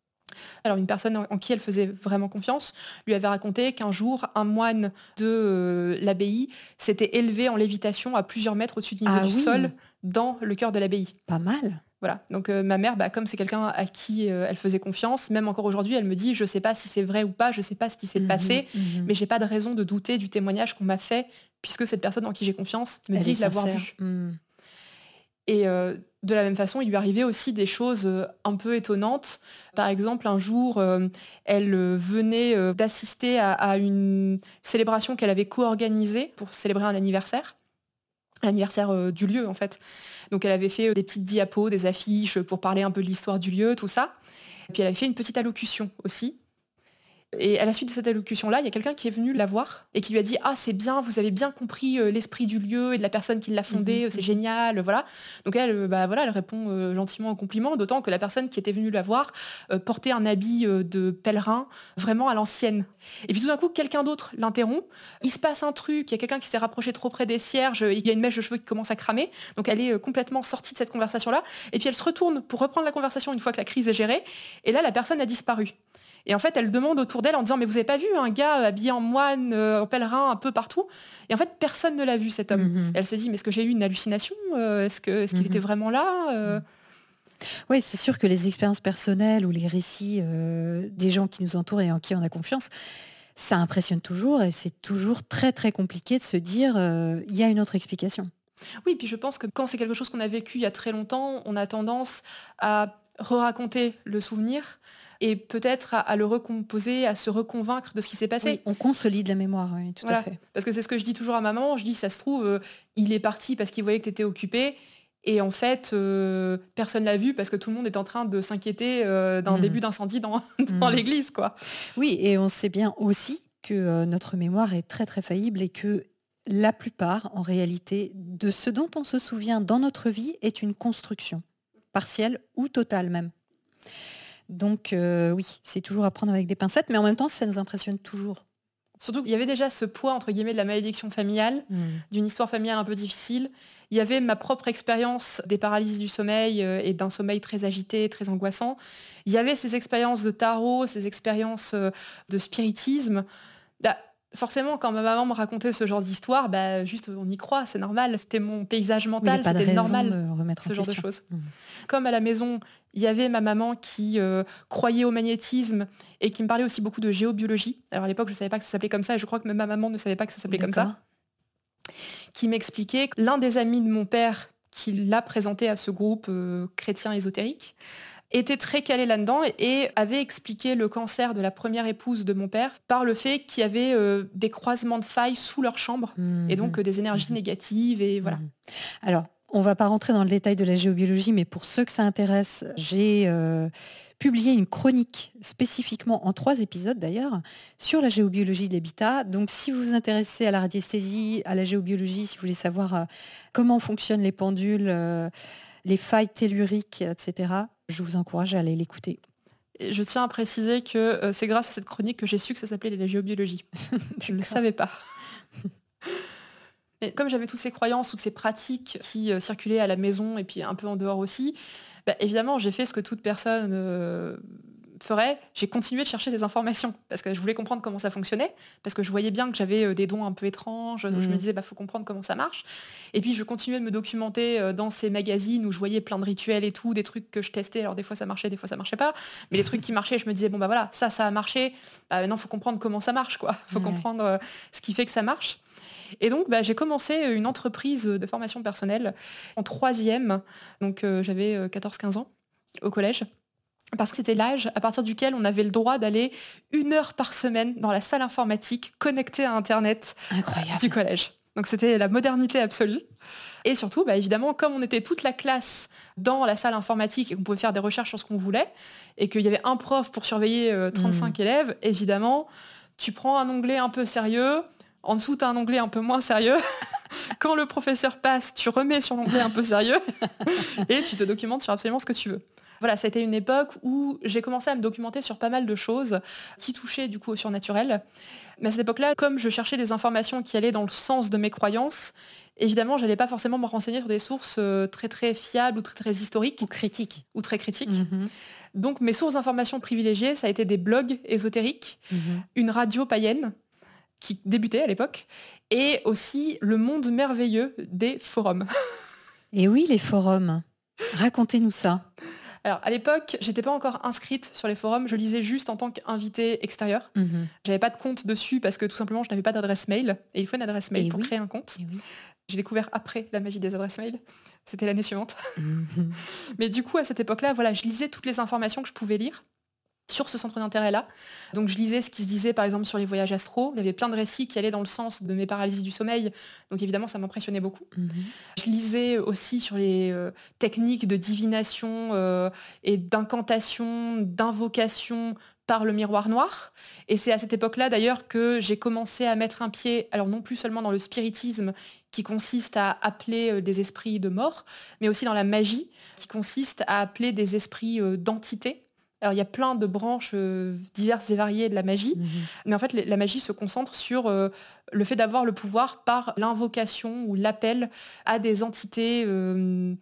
Alors une personne en qui elle faisait vraiment confiance lui avait raconté qu'un jour, un moine de euh, l'abbaye s'était élevé en lévitation à plusieurs mètres au-dessus du niveau ah, du oui. sol dans le cœur de l'abbaye. Pas mal. Voilà. Donc euh, ma mère, bah, comme c'est quelqu'un à qui euh, elle faisait confiance, même encore aujourd'hui, elle me dit, je sais pas si c'est vrai ou pas, je sais pas ce qui s'est mmh, passé, mmh. mais j'ai pas de raison de douter du témoignage qu'on m'a fait, puisque cette personne en qui j'ai confiance me elle dit de l'avoir vu. Mmh. Et euh, de la même façon, il lui arrivait aussi des choses euh, un peu étonnantes. Par exemple, un jour, euh, elle euh, venait euh, d'assister à, à une célébration qu'elle avait co-organisée pour célébrer un anniversaire. L'anniversaire euh, du lieu, en fait. Donc, elle avait fait euh, des petites diapos, des affiches pour parler un peu de l'histoire du lieu, tout ça. Et puis, elle avait fait une petite allocution aussi. Et à la suite de cette allocution-là, il y a quelqu'un qui est venu la voir et qui lui a dit « Ah, c'est bien, vous avez bien compris euh, l'esprit du lieu et de la personne qui l'a fondé, mmh, c'est mmh. génial, voilà. » Donc elle, bah, voilà, elle répond euh, gentiment au compliment, d'autant que la personne qui était venue la voir euh, portait un habit euh, de pèlerin vraiment à l'ancienne. Et puis tout d'un coup, quelqu'un d'autre l'interrompt, il se passe un truc, il y a quelqu'un qui s'est rapproché trop près des cierges, il y a une mèche de cheveux qui commence à cramer, donc elle est euh, complètement sortie de cette conversation-là, et puis elle se retourne pour reprendre la conversation une fois que la crise est gérée, et là, la personne a disparu. Et en fait, elle demande autour d'elle en disant « Mais vous avez pas vu un gars habillé en moine, euh, en pèlerin, un peu partout ?» Et en fait, personne ne l'a vu, cet homme. Mm-hmm. Elle se dit « Mais est-ce que j'ai eu une hallucination ? euh, Est-ce, que, est-ce qu'il mm-hmm. était vraiment là euh... ?» Oui, c'est sûr que les expériences personnelles ou les récits euh, des gens qui nous entourent et en qui on a confiance, ça impressionne toujours et c'est toujours très, très compliqué de se dire euh, « Il y a une autre explication ». Oui, puis je pense que quand c'est quelque chose qu'on a vécu il y a très longtemps, on a tendance à re-raconter le souvenir et peut-être à, à le recomposer, à se reconvaincre de ce qui s'est passé. Oui, on consolide la mémoire, oui, tout voilà. à fait. Parce que c'est ce que je dis toujours à ma maman, je dis, ça se trouve, euh, il est parti parce qu'il voyait que tu étais occupée, et en fait, euh, personne l'a vu parce que tout le monde est en train de s'inquiéter euh, d'un mmh. début d'incendie dans, dans mmh. l'église, quoi. Oui, et on sait bien aussi que euh, notre mémoire est très très faillible et que la plupart, en réalité, de ce dont on se souvient dans notre vie est une construction, partielle ou totale même. Donc euh, oui, c'est toujours à prendre avec des pincettes, mais en même temps, ça nous impressionne toujours. Surtout qu'il y avait déjà ce poids, entre guillemets, de la malédiction familiale, mmh. d'une histoire familiale un peu difficile. Il y avait ma propre expérience des paralysies du sommeil euh, et d'un sommeil très agité, très angoissant. Il y avait ces expériences de tarot, ces expériences euh, de spiritisme. Bah, forcément, quand ma maman me racontait ce genre d'histoire, bah, juste on y croit, c'est normal. C'était mon paysage mental, oui, c'était normal, de ce genre question. de choses. Mmh. Comme à la maison, il y avait ma maman qui euh, croyait au magnétisme et qui me parlait aussi beaucoup de géobiologie. Alors à l'époque, je ne savais pas que ça s'appelait comme ça et je crois que même ma maman ne savait pas que ça s'appelait D'accord. comme ça. Qui m'expliquait que l'un des amis de mon père, qui l'a présenté à ce groupe euh, chrétien ésotérique, était très calé là-dedans et avait expliqué le cancer de la première épouse de mon père par le fait qu'il y avait euh, des croisements de failles sous leur chambre mmh, et donc euh, des énergies mmh. négatives et voilà. Mmh. Alors, On ne va pas rentrer dans le détail de la géobiologie, mais pour ceux que ça intéresse, j'ai euh, publié une chronique spécifiquement en trois épisodes d'ailleurs sur la géobiologie de l'habitat. Donc si vous vous intéressez à la radiesthésie, à la géobiologie, si vous voulez savoir euh, comment fonctionnent les pendules, euh, les failles telluriques, et cetera, je vous encourage à aller l'écouter. Et je tiens à préciser que euh, c'est grâce à cette chronique que j'ai su que ça s'appelait la géobiologie. Je ne le savais pas. Et comme j'avais toutes ces croyances, toutes ces pratiques qui euh, circulaient à la maison et puis un peu en dehors aussi, bah, évidemment, j'ai fait ce que toute personne euh, ferait. J'ai continué de chercher des informations parce que je voulais comprendre comment ça fonctionnait, parce que je voyais bien que j'avais euh, des dons un peu étranges. Mmh. Je me disais, bah, faut comprendre comment ça marche. Et puis, je continuais de me documenter euh, dans ces magazines où je voyais plein de rituels et tout, des trucs que je testais. Alors, des fois, ça marchait, des fois, ça marchait pas. Mais les trucs qui marchaient, je me disais, bon, bah voilà, ça, ça a marché. Bah, maintenant, faut comprendre comment ça marche, quoi. Faut mmh. comprendre euh, ce qui fait que ça marche. Et donc, bah, j'ai commencé une entreprise de formation personnelle en troisième. Donc, euh, j'avais quatorze quinze ans au collège. Parce que c'était l'âge à partir duquel on avait le droit d'aller une heure par semaine dans la salle informatique connectée à Internet. Incroyable. Du collège. Donc, c'était la modernité absolue. Et surtout, bah, évidemment, comme on était toute la classe dans la salle informatique et qu'on pouvait faire des recherches sur ce qu'on voulait, et qu'il y avait un prof pour surveiller euh, trente-cinq mmh. élèves, évidemment, tu prends un onglet un peu sérieux. En dessous, tu as un onglet un peu moins sérieux. Quand le professeur passe, tu remets sur l'onglet un peu sérieux et tu te documentes sur absolument ce que tu veux. Voilà, c'était une époque où j'ai commencé à me documenter sur pas mal de choses qui touchaient du coup au surnaturel. Mais à cette époque-là, comme je cherchais des informations qui allaient dans le sens de mes croyances, évidemment, j'allais pas forcément me renseigner sur des sources très très fiables ou très très historiques. Ou critiques. Ou très critiques. Mmh. Donc mes sources d'informations privilégiées, ça a été des blogs ésotériques, mmh. une radio païenne, qui débutait à l'époque, et aussi le monde merveilleux des forums. Et oui, les forums. Racontez-nous ça. Alors, à l'époque, j'étais pas encore inscrite sur les forums, je lisais juste en tant qu'invité extérieur. Mmh. J'avais pas de compte dessus parce que tout simplement, je n'avais pas d'adresse mail, et il faut une adresse mail et pour oui. créer un compte. Oui. J'ai découvert après la magie des adresses mail, c'était l'année suivante. Mmh. Mais du coup, à cette époque-là, voilà, je lisais toutes les informations que je pouvais lire sur ce centre d'intérêt-là. Donc je lisais ce qui se disait par exemple sur les voyages astro. Il y avait plein de récits qui allaient dans le sens de mes paralysies du sommeil. Donc évidemment, ça m'impressionnait beaucoup. Mmh. Je lisais aussi sur les euh, techniques de divination euh, et d'incantation, d'invocation par le miroir noir. Et c'est à cette époque-là d'ailleurs que j'ai commencé à mettre un pied, alors non plus seulement dans le spiritisme qui consiste à appeler des esprits de mort, mais aussi dans la magie qui consiste à appeler des esprits euh, d'entités. Alors, il y a plein de branches euh, diverses et variées de la magie, mmh. mais en fait, la magie se concentre sur euh, le fait d'avoir le pouvoir par l'invocation ou l'appel à des entités euh,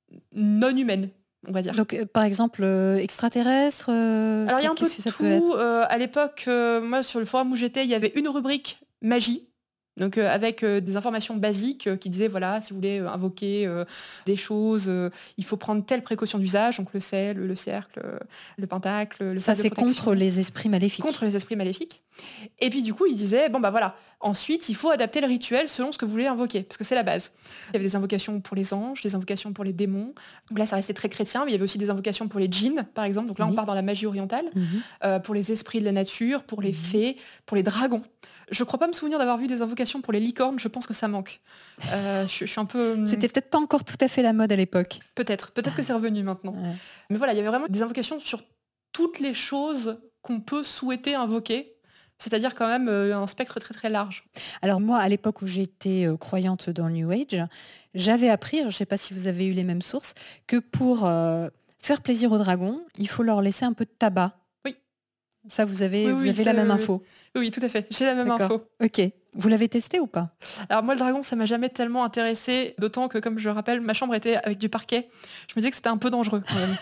non humaines, on va dire. Donc, euh, par exemple, euh, extraterrestres euh, Alors, il y a un peu de tout. Euh, à l'époque, euh, moi, sur le forum où j'étais, il y avait une rubrique magie. Donc euh, avec euh, des informations basiques euh, qui disaient voilà, si vous voulez euh, invoquer euh, des choses, euh, il faut prendre telle précaution d'usage, donc le sel, le cercle, euh, le pentacle, le ça c'est contre les esprits maléfiques. Contre les esprits maléfiques. Et puis du coup, il disait bon bah voilà, ensuite il faut adapter le rituel selon ce que vous voulez invoquer, parce que c'est la base. Il y avait des invocations pour les anges, des invocations pour les démons. Donc là, ça restait très chrétien, mais il y avait aussi des invocations pour les djinns, par exemple. Donc là, oui. on part dans la magie orientale, mmh. euh, pour les esprits de la nature, pour les mmh. fées, pour les dragons. Je crois pas me souvenir d'avoir vu des invocations pour les licornes, je pense que ça manque. Euh, je, je suis un peu... C'était peut-être pas encore tout à fait la mode à l'époque. Peut-être, peut-être que c'est revenu maintenant. Ouais. Mais voilà, il y avait vraiment des invocations sur toutes les choses qu'on peut souhaiter invoquer, c'est-à-dire quand même euh, un spectre très très large. Alors moi, à l'époque où j'étais euh, croyante dans le New Age, j'avais appris, alors je sais pas si vous avez eu les mêmes sources, que pour euh, faire plaisir aux dragons, il faut leur laisser un peu de tabac. Ça, vous avez, oui, vous oui, avez la même info. Oui, tout à fait. J'ai la même D'accord. info. Ok. Vous l'avez testé ou pas? Alors moi, le dragon, ça m'a jamais tellement intéressé, d'autant que, comme je le rappelle, ma chambre était avec du parquet. Je me disais que c'était un peu dangereux quand même.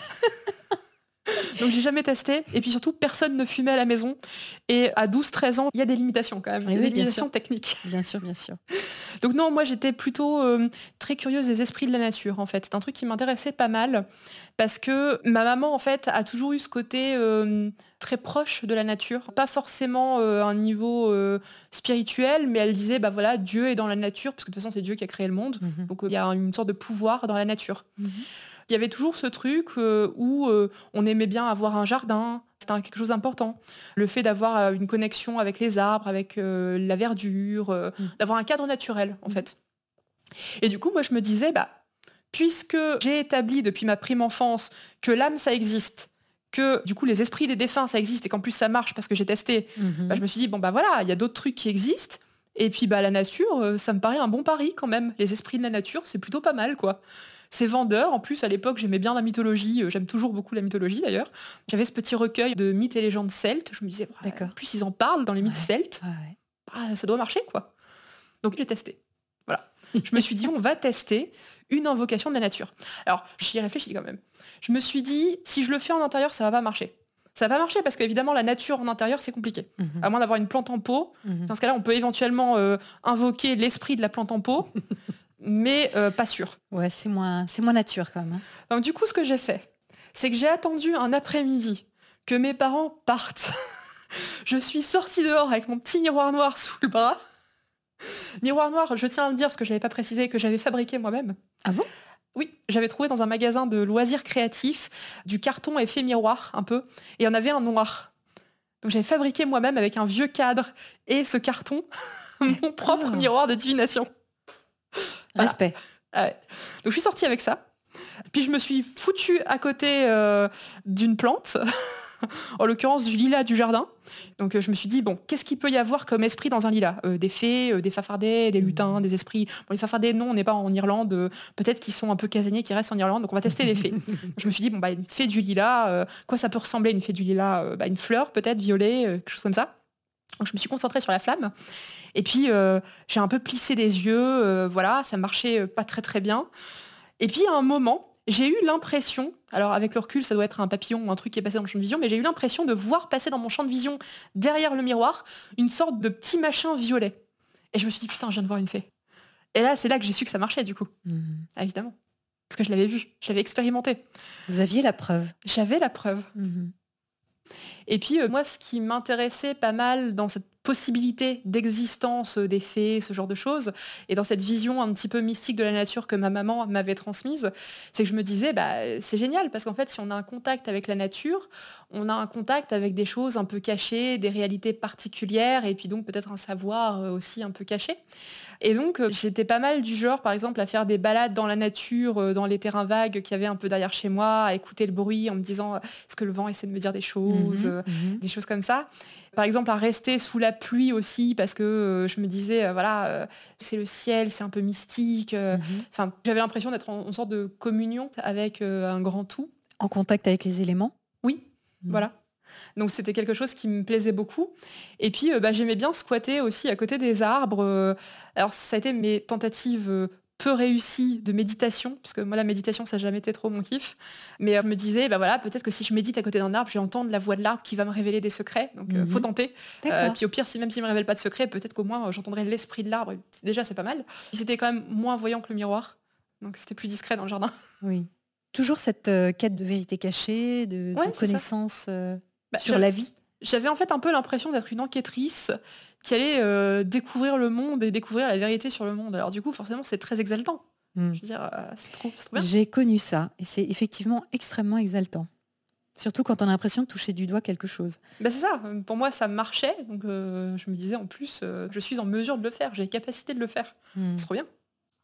Donc j'ai jamais testé. Et puis surtout, personne ne fumait à la maison. Et à douze treize ans, il y a des limitations quand même. Oui, il y a oui, des limitations techniques. Bien sûr, bien sûr. Donc non, moi j'étais plutôt euh, très curieuse des esprits de la nature en fait. C'est un truc qui m'intéressait pas mal parce que ma maman en fait a toujours eu ce côté euh, très proche de la nature. Pas forcément euh, un niveau euh, spirituel, mais elle disait bah voilà, Dieu est dans la nature, parce que de toute façon c'est Dieu qui a créé le monde. Mm-hmm. Donc il euh, y a une sorte de pouvoir dans la nature. Mm-hmm. Il y avait toujours ce truc euh, où euh, on aimait bien avoir un jardin, c'était quelque chose d'important. Le fait d'avoir euh, une connexion avec les arbres, avec euh, la verdure, euh, mmh. d'avoir un cadre naturel en mmh. fait. Et du coup, moi je me disais, bah, puisque j'ai établi depuis ma prime enfance que l'âme, ça existe, que du coup les esprits des défunts, ça existe, et qu'en plus ça marche parce que j'ai testé, mmh. bah, je me suis dit, bon bah voilà, il y a d'autres trucs qui existent, et puis bah la nature, ça me paraît un bon pari quand même. Les esprits de la nature, c'est plutôt pas mal, quoi. C'est vendeur. En plus, à l'époque, j'aimais bien la mythologie. J'aime toujours beaucoup la mythologie, d'ailleurs. J'avais ce petit recueil de mythes et légendes celtes. Je me disais, bah, en plus, ils en parlent dans les mythes ouais. celtes. Ouais. Bah, ça doit marcher, quoi. Donc, j'ai testé. Voilà. Je me suis dit, on va tester une invocation de la nature. Alors, j'y ai réfléchi quand même. Je me suis dit, si je le fais en intérieur, ça va pas marcher. Ça va pas marcher parce qu'évidemment, la nature en intérieur, c'est compliqué. Mmh. À moins d'avoir une plante en pot. Mmh. Dans ce cas-là, on peut éventuellement euh, invoquer l'esprit de la plante en pot. Mais euh, pas sûr. Ouais, c'est moins, c'est moins nature quand même. Hein. Donc du coup, ce que j'ai fait, c'est que j'ai attendu un après-midi que mes parents partent. Je suis sortie dehors avec mon petit miroir noir sous le bras. Miroir noir, je tiens à le dire parce que je n'avais pas précisé, que j'avais fabriqué moi-même. Ah bon ? Oui, j'avais trouvé dans un magasin de loisirs créatifs du carton effet miroir, un peu, et il y en avait un noir. Donc j'avais fabriqué moi-même avec un vieux cadre et ce carton mon propre oh. miroir de divination. Voilà. Respect. Ouais. Donc je suis sortie avec ça. Puis je me suis foutue à côté euh, d'une plante, en l'occurrence du lilas du jardin. Donc euh, je me suis dit, bon, qu'est-ce qu'il peut y avoir comme esprit dans un lilas ? euh, Des fées, euh, des fafardets, des lutins, des esprits. Bon, les fafardets, non, on n'est pas en Irlande. Euh, peut-être qu'ils sont un peu casaniers, qui restent en Irlande. Donc on va tester les fées. Je me suis dit, bon, bah, une fée du lilas, euh, quoi ça peut ressembler une fée du lilas euh, bah, une fleur peut-être, violet, euh, quelque chose comme ça. Donc je me suis concentrée sur la flamme. Et puis, euh, j'ai un peu plissé des yeux. Euh, voilà, ça marchait pas très très bien. Et puis, à un moment, j'ai eu l'impression, alors avec le recul, ça doit être un papillon ou un truc qui est passé dans le champ de vision, mais j'ai eu l'impression de voir passer dans mon champ de vision, derrière le miroir, une sorte de petit machin violet. Et je me suis dit, putain, je viens de voir une fée. Et là, c'est là que j'ai su que ça marchait, du coup. Mmh. Ah, évidemment. Parce que je l'avais vu, je l'avais expérimenté. Vous aviez la preuve. J'avais la preuve. Mmh. Et puis, euh, moi, ce qui m'intéressait pas mal dans cette possibilité d'existence des fées, ce genre de choses, et dans cette vision un petit peu mystique de la nature que ma maman m'avait transmise, c'est que je me disais, bah, c'est génial, parce qu'en fait, si on a un contact avec la nature, on a un contact avec des choses un peu cachées, des réalités particulières, et puis donc peut-être un savoir aussi un peu caché. Et donc, j'étais pas mal du genre, par exemple, à faire des balades dans la nature, dans les terrains vagues qu'il y avait un peu derrière chez moi, à écouter le bruit en me disant, est-ce que le vent essaie de me dire des choses, mmh, mmh. des choses comme ça. Par exemple, à rester sous la pluie aussi, parce que euh, je me disais, euh, voilà, euh, c'est le ciel, c'est un peu mystique. Euh, mmh. J'avais l'impression d'être en, en sorte de communion avec euh, un grand tout. En contact avec les éléments ? Oui, mmh. voilà. Donc c'était quelque chose qui me plaisait beaucoup. Et puis euh, bah, j'aimais bien squatter aussi à côté des arbres. Alors ça a été mes tentatives euh, peu réussies de méditation, parce que moi la méditation ça n'a jamais été trop mon kiff. Mais je me disais, bah voilà, peut-être que si je médite à côté d'un arbre, je vais entendre la voix de l'arbre qui va me révéler des secrets. Donc mm-hmm. euh, faut tenter. Euh, puis au pire, si même s'il ne me révèle pas de secrets, peut-être qu'au moins euh, j'entendrai l'esprit de l'arbre. Déjà c'est pas mal. Puis c'était quand même moins voyant que le miroir. Donc c'était plus discret dans le jardin. Oui. Toujours cette euh, quête de vérité cachée, de, ouais, de connaissance euh, bah, sur la vie. J'avais en fait un peu l'impression d'être une enquêtrice qui allait euh, découvrir le monde et découvrir la vérité sur le monde. Alors du coup, forcément, c'est très exaltant. Mm. Je veux dire, euh, c'est trop, c'est trop bien. J'ai connu ça et c'est effectivement extrêmement exaltant. Surtout quand on a l'impression de toucher du doigt quelque chose. Bah c'est ça, pour moi ça marchait, donc euh, je me disais en plus, euh, je suis en mesure de le faire, j'ai la capacité de le faire. Mm. C'est trop bien.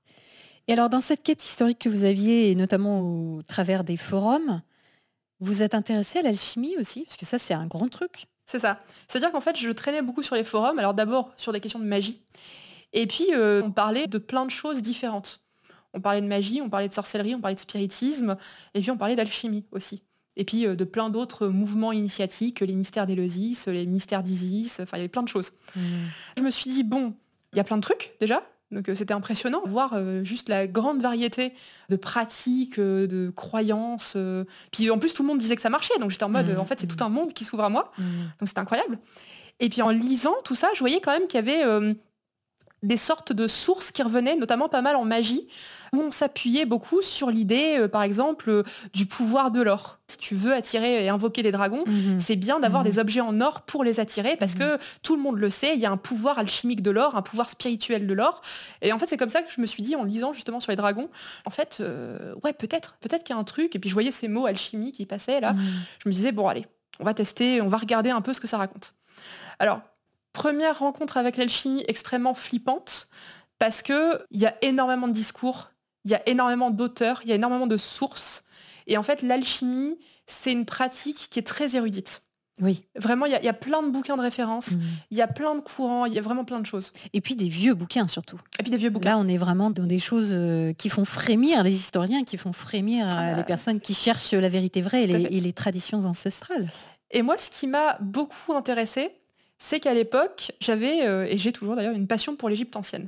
Et alors dans cette quête historique que vous aviez, et notamment au travers des forums, vous êtes intéressé à l'alchimie aussi ? Parce que ça c'est un grand truc. C'est ça. C'est-à-dire qu'en fait, je traînais beaucoup sur les forums. Alors d'abord sur des questions de magie. Et puis, euh, on parlait de plein de choses différentes. On parlait de magie, on parlait de sorcellerie, on parlait de spiritisme. Et puis, on parlait d'alchimie aussi. Et puis, euh, de plein d'autres mouvements initiatiques, les mystères d'Éleusis, les mystères d'Isis. Enfin, il y avait plein de choses. Mmh. Je me suis dit, bon, il y a plein de trucs déjà. Donc euh, c'était impressionnant de voir euh, juste la grande variété de pratiques, euh, de croyances. Euh. Puis en plus tout le monde disait que ça marchait, donc j'étais en mode mmh, euh, en fait c'est mmh. tout un monde qui s'ouvre à moi, mmh. donc c'était incroyable. Et puis en lisant tout ça, je voyais quand même qu'il y avait euh, des sortes de sources qui revenaient, notamment pas mal en magie, où on s'appuyait beaucoup sur l'idée, euh, par exemple, euh, du pouvoir de l'or. Si tu veux attirer et invoquer des dragons, mmh. c'est bien d'avoir mmh. des objets en or pour les attirer, parce mmh. que tout le monde le sait, il y a un pouvoir alchimique de l'or, un pouvoir spirituel de l'or. Et en fait, c'est comme ça que je me suis dit, en lisant justement sur les dragons, en fait, euh, ouais, peut-être, peut-être qu'il y a un truc. Et puis je voyais ces mots alchimie qui passaient là. Mmh. Je me disais, bon, allez, on va tester, on va regarder un peu ce que ça raconte. Alors, première rencontre avec l'alchimie extrêmement flippante, parce qu'il y a énormément de discours, il y a énormément d'auteurs, il y a énormément de sources. Et en fait, l'alchimie, c'est une pratique qui est très érudite. Oui. Vraiment, il y, y a plein de bouquins de référence, mmh. il y a plein de courants, il y a vraiment plein de choses. Et puis des vieux bouquins surtout. Et puis des vieux bouquins. Là, on est vraiment dans des choses qui font frémir les historiens, qui font frémir ah, les personnes qui cherchent la vérité vraie et les, et les traditions ancestrales. Et moi, ce qui m'a beaucoup intéressée, c'est qu'à l'époque, j'avais, euh, et j'ai toujours d'ailleurs, une passion pour l'Égypte ancienne.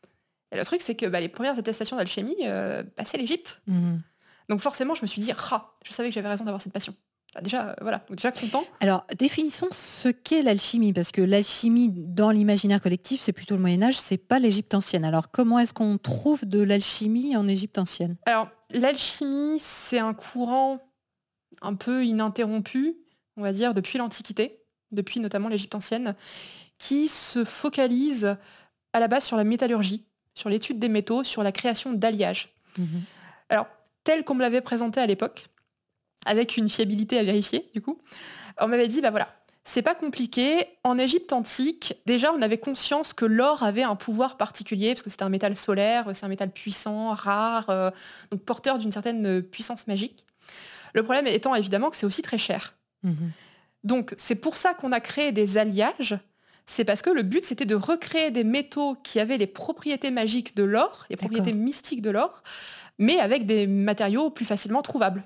Et le truc, c'est que bah, les premières attestations d'alchimie, euh, bah, c'est l'Égypte. Mmh. Donc forcément, je me suis dit, ah, je savais que j'avais raison d'avoir cette passion. Déjà, euh, voilà, donc déjà content. Alors, définissons ce qu'est l'alchimie, parce que l'alchimie, dans l'imaginaire collectif, c'est plutôt le Moyen-Âge, c'est pas l'Égypte ancienne. Alors, comment est-ce qu'on trouve de l'alchimie en Égypte ancienne ? Alors, l'alchimie, c'est un courant un peu ininterrompu, on va dire, depuis l'Antiquité, depuis notamment l'Égypte ancienne, qui se focalise à la base sur la métallurgie, sur l'étude des métaux, sur la création d'alliages. Mmh. Alors, tel qu'on me l'avait présenté à l'époque, avec une fiabilité à vérifier, du coup, on m'avait dit, bah voilà, c'est pas compliqué. En Égypte antique, déjà, on avait conscience que l'or avait un pouvoir particulier, parce que c'était un métal solaire, c'est un métal puissant, rare, euh, donc porteur d'une certaine puissance magique. Le problème étant évidemment que c'est aussi très cher. Mmh. Donc, c'est pour ça qu'on a créé des alliages. C'est parce que le but, c'était de recréer des métaux qui avaient les propriétés magiques de l'or, les D'accord. propriétés mystiques de l'or, mais avec des matériaux plus facilement trouvables.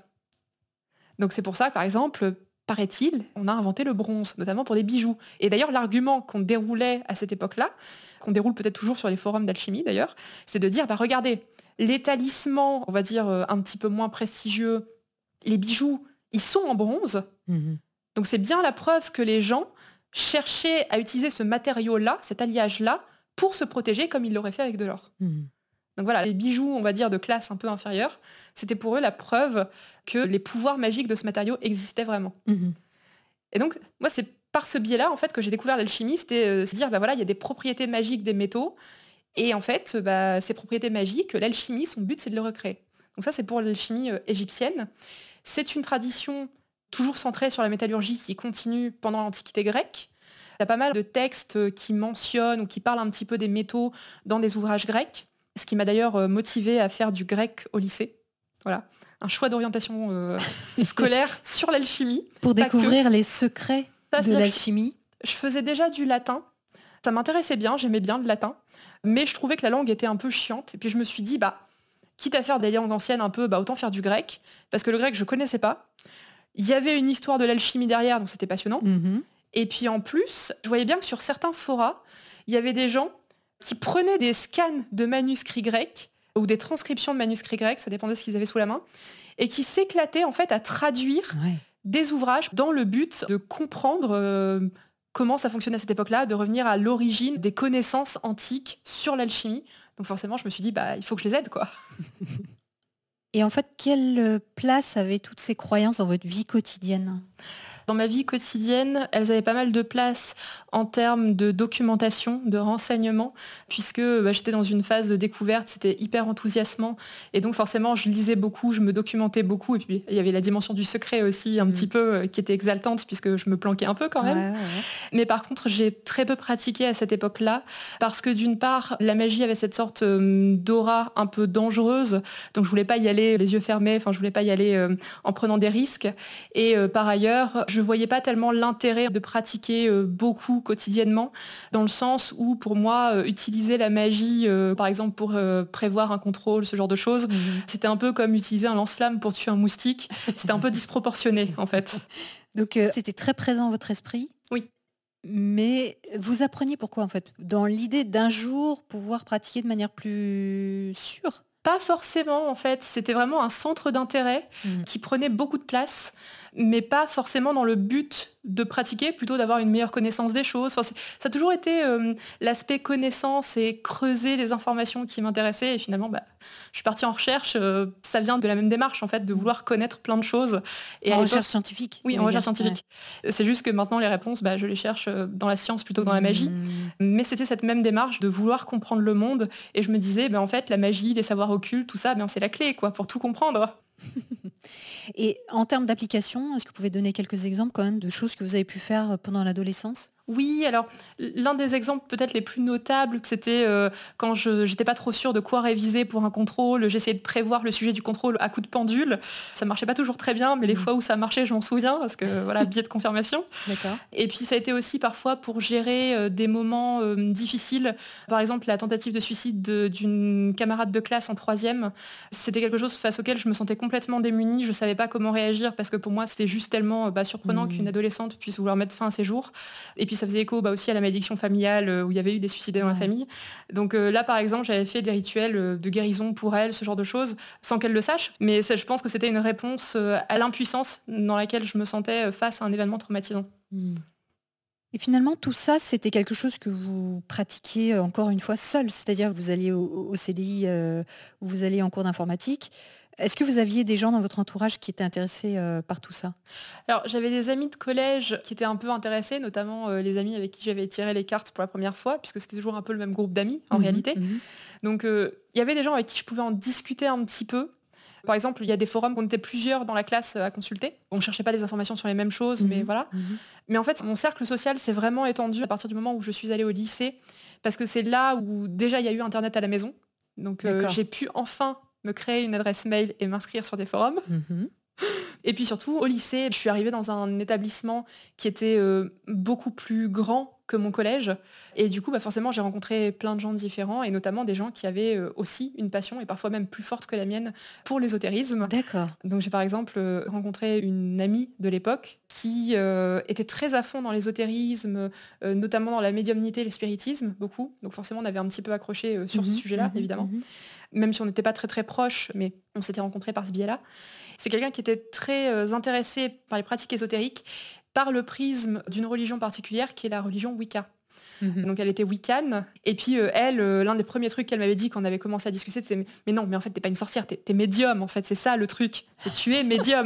Donc c'est pour ça, par exemple, paraît-il, on a inventé le bronze, notamment pour des bijoux. Et d'ailleurs, l'argument qu'on déroulait à cette époque-là, qu'on déroule peut-être toujours sur les forums d'alchimie d'ailleurs, c'est de dire, bah regardez, les talismans, on va dire un petit peu moins prestigieux, les bijoux, ils sont en bronze. Mmh. Donc c'est bien la preuve que les gens cherchaient à utiliser ce matériau-là, cet alliage-là, pour se protéger comme ils l'auraient fait avec de l'or. Mmh. Donc voilà, les bijoux, on va dire, de classe un peu inférieure, c'était pour eux la preuve que les pouvoirs magiques de ce matériau existaient vraiment. Mmh. Et donc, moi, c'est par ce biais-là, en fait, que j'ai découvert l'alchimie, c'était euh, se dire, bah voilà, il y a des propriétés magiques des métaux, et en fait, bah, ces propriétés magiques, l'alchimie, son but, c'est de les recréer. Donc ça, c'est pour l'alchimie euh, égyptienne. C'est une tradition toujours centrée sur la métallurgie qui continue pendant l'Antiquité grecque. Il y a pas mal de textes qui mentionnent ou qui parlent un petit peu des métaux dans des ouvrages grecs. Ce qui m'a d'ailleurs motivée à faire du grec au lycée. Voilà, un choix d'orientation euh, scolaire sur l'alchimie. Pour découvrir que... les secrets Ça, de l'alchimie. Je, je faisais déjà du latin. Ça m'intéressait bien, j'aimais bien le latin. Mais je trouvais que la langue était un peu chiante. Et puis je me suis dit, bah, quitte à faire des langues anciennes un peu, bah, autant faire du grec. Parce que le grec, je ne connaissais pas. Il y avait une histoire de l'alchimie derrière, donc c'était passionnant. Mm-hmm. Et puis en plus, je voyais bien que sur certains forats, il y avait des gens qui prenaient des scans de manuscrits grecs ou des transcriptions de manuscrits grecs, ça dépendait de ce qu'ils avaient sous la main, et qui s'éclataient en fait à traduire ouais. des ouvrages dans le but de comprendre euh, comment ça fonctionnait à cette époque-là, de revenir à l'origine des connaissances antiques sur l'alchimie. Donc forcément, je me suis dit, bah, il faut que je les aide, quoi. Et en fait, quelle place avaient toutes ces croyances dans votre vie quotidienne ? Dans ma vie quotidienne, elles avaient pas mal de place en termes de documentation, de renseignement, puisque bah, j'étais dans une phase de découverte, c'était hyper enthousiasmant. Et donc forcément, je lisais beaucoup, je me documentais beaucoup. Et puis, il y avait la dimension du secret aussi, un mmh. petit peu, euh, qui était exaltante, puisque je me planquais un peu quand même. Ouais, ouais, ouais. Mais par contre, j'ai très peu pratiqué à cette époque-là, parce que d'une part, la magie avait cette sorte euh, d'aura un peu dangereuse. Donc, je voulais pas y aller les yeux fermés, enfin, je voulais pas y aller euh, en prenant des risques. Et euh, par ailleurs, je voyais pas tellement l'intérêt de pratiquer euh, beaucoup quotidiennement, dans le sens où pour moi euh, utiliser la magie euh, par exemple pour euh, prévoir un contrôle, ce genre de choses, mmh. c'était un peu comme utiliser un lance-flamme pour tuer un moustique. C'était un peu disproportionné en fait. Donc euh, c'était très présent dans votre esprit. Oui. Mais vous appreniez pourquoi en fait ? Dans l'idée d'un jour pouvoir pratiquer de manière plus sûre ? Pas forcément en fait, c'était vraiment un centre d'intérêt mmh. qui prenait beaucoup de place, mais pas forcément dans le but de pratiquer, plutôt d'avoir une meilleure connaissance des choses. Enfin, ça a toujours été euh, l'aspect connaissance et creuser les informations qui m'intéressaient. Et finalement, bah, je suis partie en recherche. Euh, ça vient de la même démarche, en fait, de vouloir connaître plein de choses. Et en recherche scientifique. Oui, en recherche scientifique. Ouais. C'est juste que maintenant, les réponses, bah, je les cherche dans la science plutôt que dans la magie. Mmh. Mais c'était cette même démarche de vouloir comprendre le monde. Et je me disais, bah, en fait, la magie, les savoirs occultes, tout ça, bah, c'est la clé, quoi, pour tout comprendre. Et en termes d'application, est-ce que vous pouvez donner quelques exemples quand même de choses que vous avez pu faire pendant l'adolescence ? Oui, alors l'un des exemples peut-être les plus notables, c'était euh, quand je j'étais pas trop sûre de quoi réviser pour un contrôle, j'essayais de prévoir le sujet du contrôle à coup de pendule. Ça marchait pas toujours très bien, mais les Mmh. fois où ça marchait, je m'en souviens, parce que voilà, biais de confirmation. D'accord. Et puis ça a été aussi parfois pour gérer euh, des moments euh, difficiles. Par exemple, la tentative de suicide de- d'une camarade de classe en troisième, c'était quelque chose face auquel je me sentais complètement démunie. Je savais pas comment réagir parce que pour moi, c'était juste tellement euh, bah, surprenant Mmh. qu'une adolescente puisse vouloir mettre fin à ses jours. Et puis ça faisait écho bah, aussi à la malédiction familiale euh, où il y avait eu des suicidés dans la Ouais. famille. Donc euh, là, par exemple, j'avais fait des rituels euh, de guérison pour elle, ce genre de choses, sans qu'elle le sache. Mais ça, je pense que c'était une réponse euh, à l'impuissance dans laquelle je me sentais euh, face à un événement traumatisant. Mmh. Et finalement, tout ça, c'était quelque chose que vous pratiquiez euh, encore une fois seul, c'est-à-dire que vous alliez au, au C D I euh, ou vous alliez en cours d'informatique. Est-ce que vous aviez des gens dans votre entourage qui étaient intéressés euh, par tout ça? Alors j'avais des amis de collège qui étaient un peu intéressés, notamment euh, les amis avec qui j'avais tiré les cartes pour la première fois, puisque c'était toujours un peu le même groupe d'amis en Mhm, réalité. mhm. Donc euh, il y avait des gens avec qui je pouvais en discuter un petit peu. Par exemple, il y a des forums, on était plusieurs dans la classe à consulter. On ne cherchait pas des informations sur les mêmes choses, Mhm, mais voilà. mhm. Mais en fait, mon cercle social s'est vraiment étendu à partir du moment où je suis allée au lycée, parce que c'est là où déjà il y a eu Internet à la maison. Donc euh, D'accord. j'ai pu enfin me créer une adresse mail et m'inscrire sur des forums. Mhm. Et puis surtout, au lycée, je suis arrivée dans un établissement qui était euh, beaucoup plus grand que mon collège. Et du coup, bah forcément, j'ai rencontré plein de gens différents, et notamment des gens qui avaient euh, aussi une passion, et parfois même plus forte que la mienne, pour l'ésotérisme. D'accord. Donc j'ai par exemple euh, rencontré une amie de l'époque qui euh, était très à fond dans l'ésotérisme, euh, notamment dans la médiumnité et le spiritisme, beaucoup. Donc forcément, on avait un petit peu accroché euh, sur ce Mhm, sujet-là, mhm, évidemment. mhm. Même si on n'était pas très très proches, mais on s'était rencontrés par ce biais-là. C'est quelqu'un qui était très euh, intéressé par les pratiques ésotériques, par le prisme d'une religion particulière qui est la religion Wicca. Mhm. Donc elle était Wiccan. Et puis euh, elle, euh, l'un des premiers trucs qu'elle m'avait dit quand on avait commencé à discuter, c'était mais non, mais en fait t'es pas une sorcière, t'es, t'es médium en fait, c'est ça le truc, c'est tu es médium.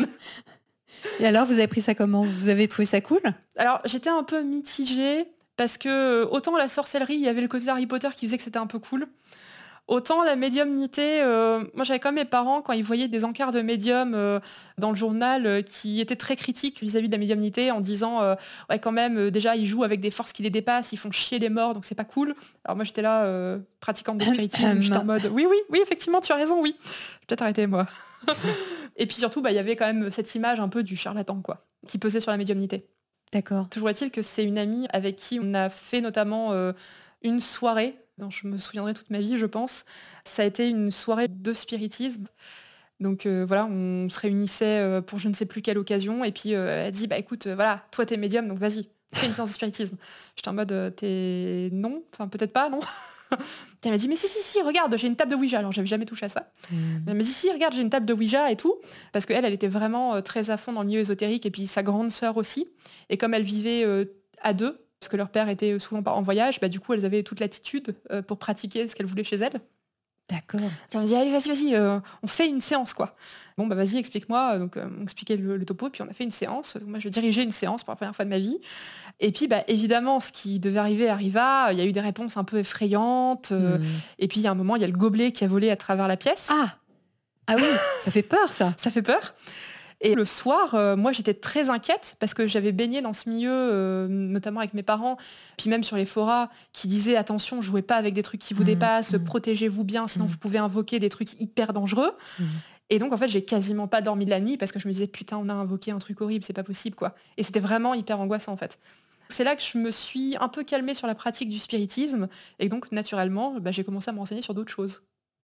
Et alors, vous avez pris ça comment? Vous avez trouvé ça cool? Alors j'étais un peu mitigée parce que euh, autant la sorcellerie, il y avait le côté Harry Potter qui faisait que c'était un peu cool. Autant la médiumnité, euh, moi j'avais quand même mes parents quand ils voyaient des encarts de médium euh, dans le journal euh, qui étaient très critiques vis-à-vis de la médiumnité en disant euh, ouais quand même euh, déjà ils jouent avec des forces qui les dépassent, ils font chier les morts donc c'est pas cool. Alors moi j'étais là euh, pratiquante de spiritisme, j'étais en mode oui oui oui effectivement tu as raison oui. Je vais peut-être arrêter moi. Et puis surtout bah il y avait quand même cette image un peu du charlatan quoi qui pesait sur la médiumnité. D'accord. Toujours est-il que c'est une amie avec qui on a fait notamment euh, une soirée dont je me souviendrai toute ma vie, je pense. Ça a été une soirée de spiritisme. Donc euh, voilà, on se réunissait euh, pour je ne sais plus quelle occasion. Et puis euh, elle dit, bah écoute, euh, voilà, toi t'es médium, donc vas-y, fais une séance de spiritisme. J'étais en mode, euh, t'es... Non, enfin peut-être pas, non. Elle m'a dit, mais si, si, si, regarde, j'ai une table de Ouija. Alors j'avais jamais touché à ça. Mhm. Elle m'a dit, si, regarde, j'ai une table de Ouija et tout. Parce qu'elle, elle était vraiment euh, très à fond dans le milieu ésotérique. Et puis sa grande sœur aussi. Et comme elle vivait euh, à deux, parce que leur père était souvent en voyage, bah, du coup, elles avaient toute l'attitude euh, pour pratiquer ce qu'elles voulaient chez elles. D'accord. Elle me dit, allez, vas-y, vas-y, euh, on fait une séance, quoi. Bon, bah vas-y, explique-moi. Donc, euh, on expliquait le, le topo, puis on a fait une séance. Moi, je dirigeais une séance pour la première fois de ma vie. Et puis, bah, évidemment, ce qui devait arriver arriva. Il y a eu des réponses un peu effrayantes. euh, Mhm. Et puis, il y a un moment, il y a le gobelet qui a volé à travers la pièce. Ah Ah oui, ça fait peur ça. Ça fait peur. Et le soir, euh, moi j'étais très inquiète parce que j'avais baigné dans ce milieu, euh, notamment avec mes parents, puis même sur les forats, qui disaient attention, jouez pas avec des trucs qui vous Mmh, dépassent, mmh. protégez-vous bien, sinon Mmh. vous pouvez invoquer des trucs hyper dangereux. Mmh. Et donc en fait, j'ai quasiment pas dormi de la nuit parce que je me disais putain, on a invoqué un truc horrible, c'est pas possible quoi. Et c'était vraiment hyper angoissant en fait. C'est là que je me suis un peu calmée sur la pratique du spiritisme et donc naturellement, bah, j'ai commencé à me renseigner sur d'autres choses.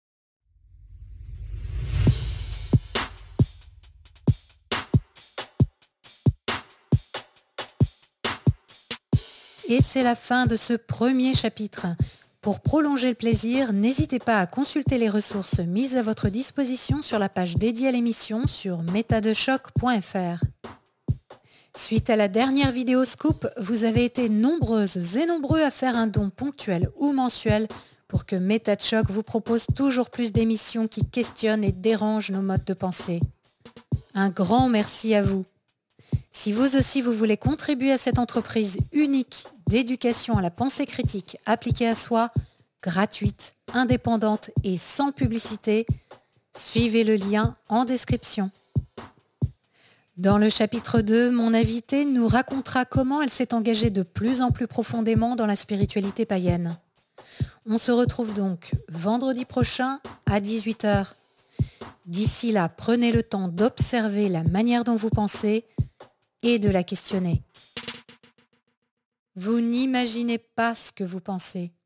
Et c'est la fin de ce premier chapitre. Pour prolonger le plaisir, n'hésitez pas à consulter les ressources mises à votre disposition sur la page dédiée à l'émission sur métadechoc point f r. Suite à la dernière vidéo Scoop, vous avez été nombreuses et nombreux à faire un don ponctuel ou mensuel pour que Méta de Choc vous propose toujours plus d'émissions qui questionnent et dérangent nos modes de pensée. Un grand merci à vous. Si vous aussi vous voulez contribuer à cette entreprise unique d'éducation à la pensée critique appliquée à soi, gratuite, indépendante et sans publicité, suivez le lien en description. Dans le chapitre deux, mon invitée nous racontera comment elle s'est engagée de plus en plus profondément dans la spiritualité païenne. On se retrouve donc vendredi prochain à dix-huit heures. D'ici là, prenez le temps d'observer la manière dont vous pensez et de la questionner. Vous n'imaginez pas ce que vous pensez.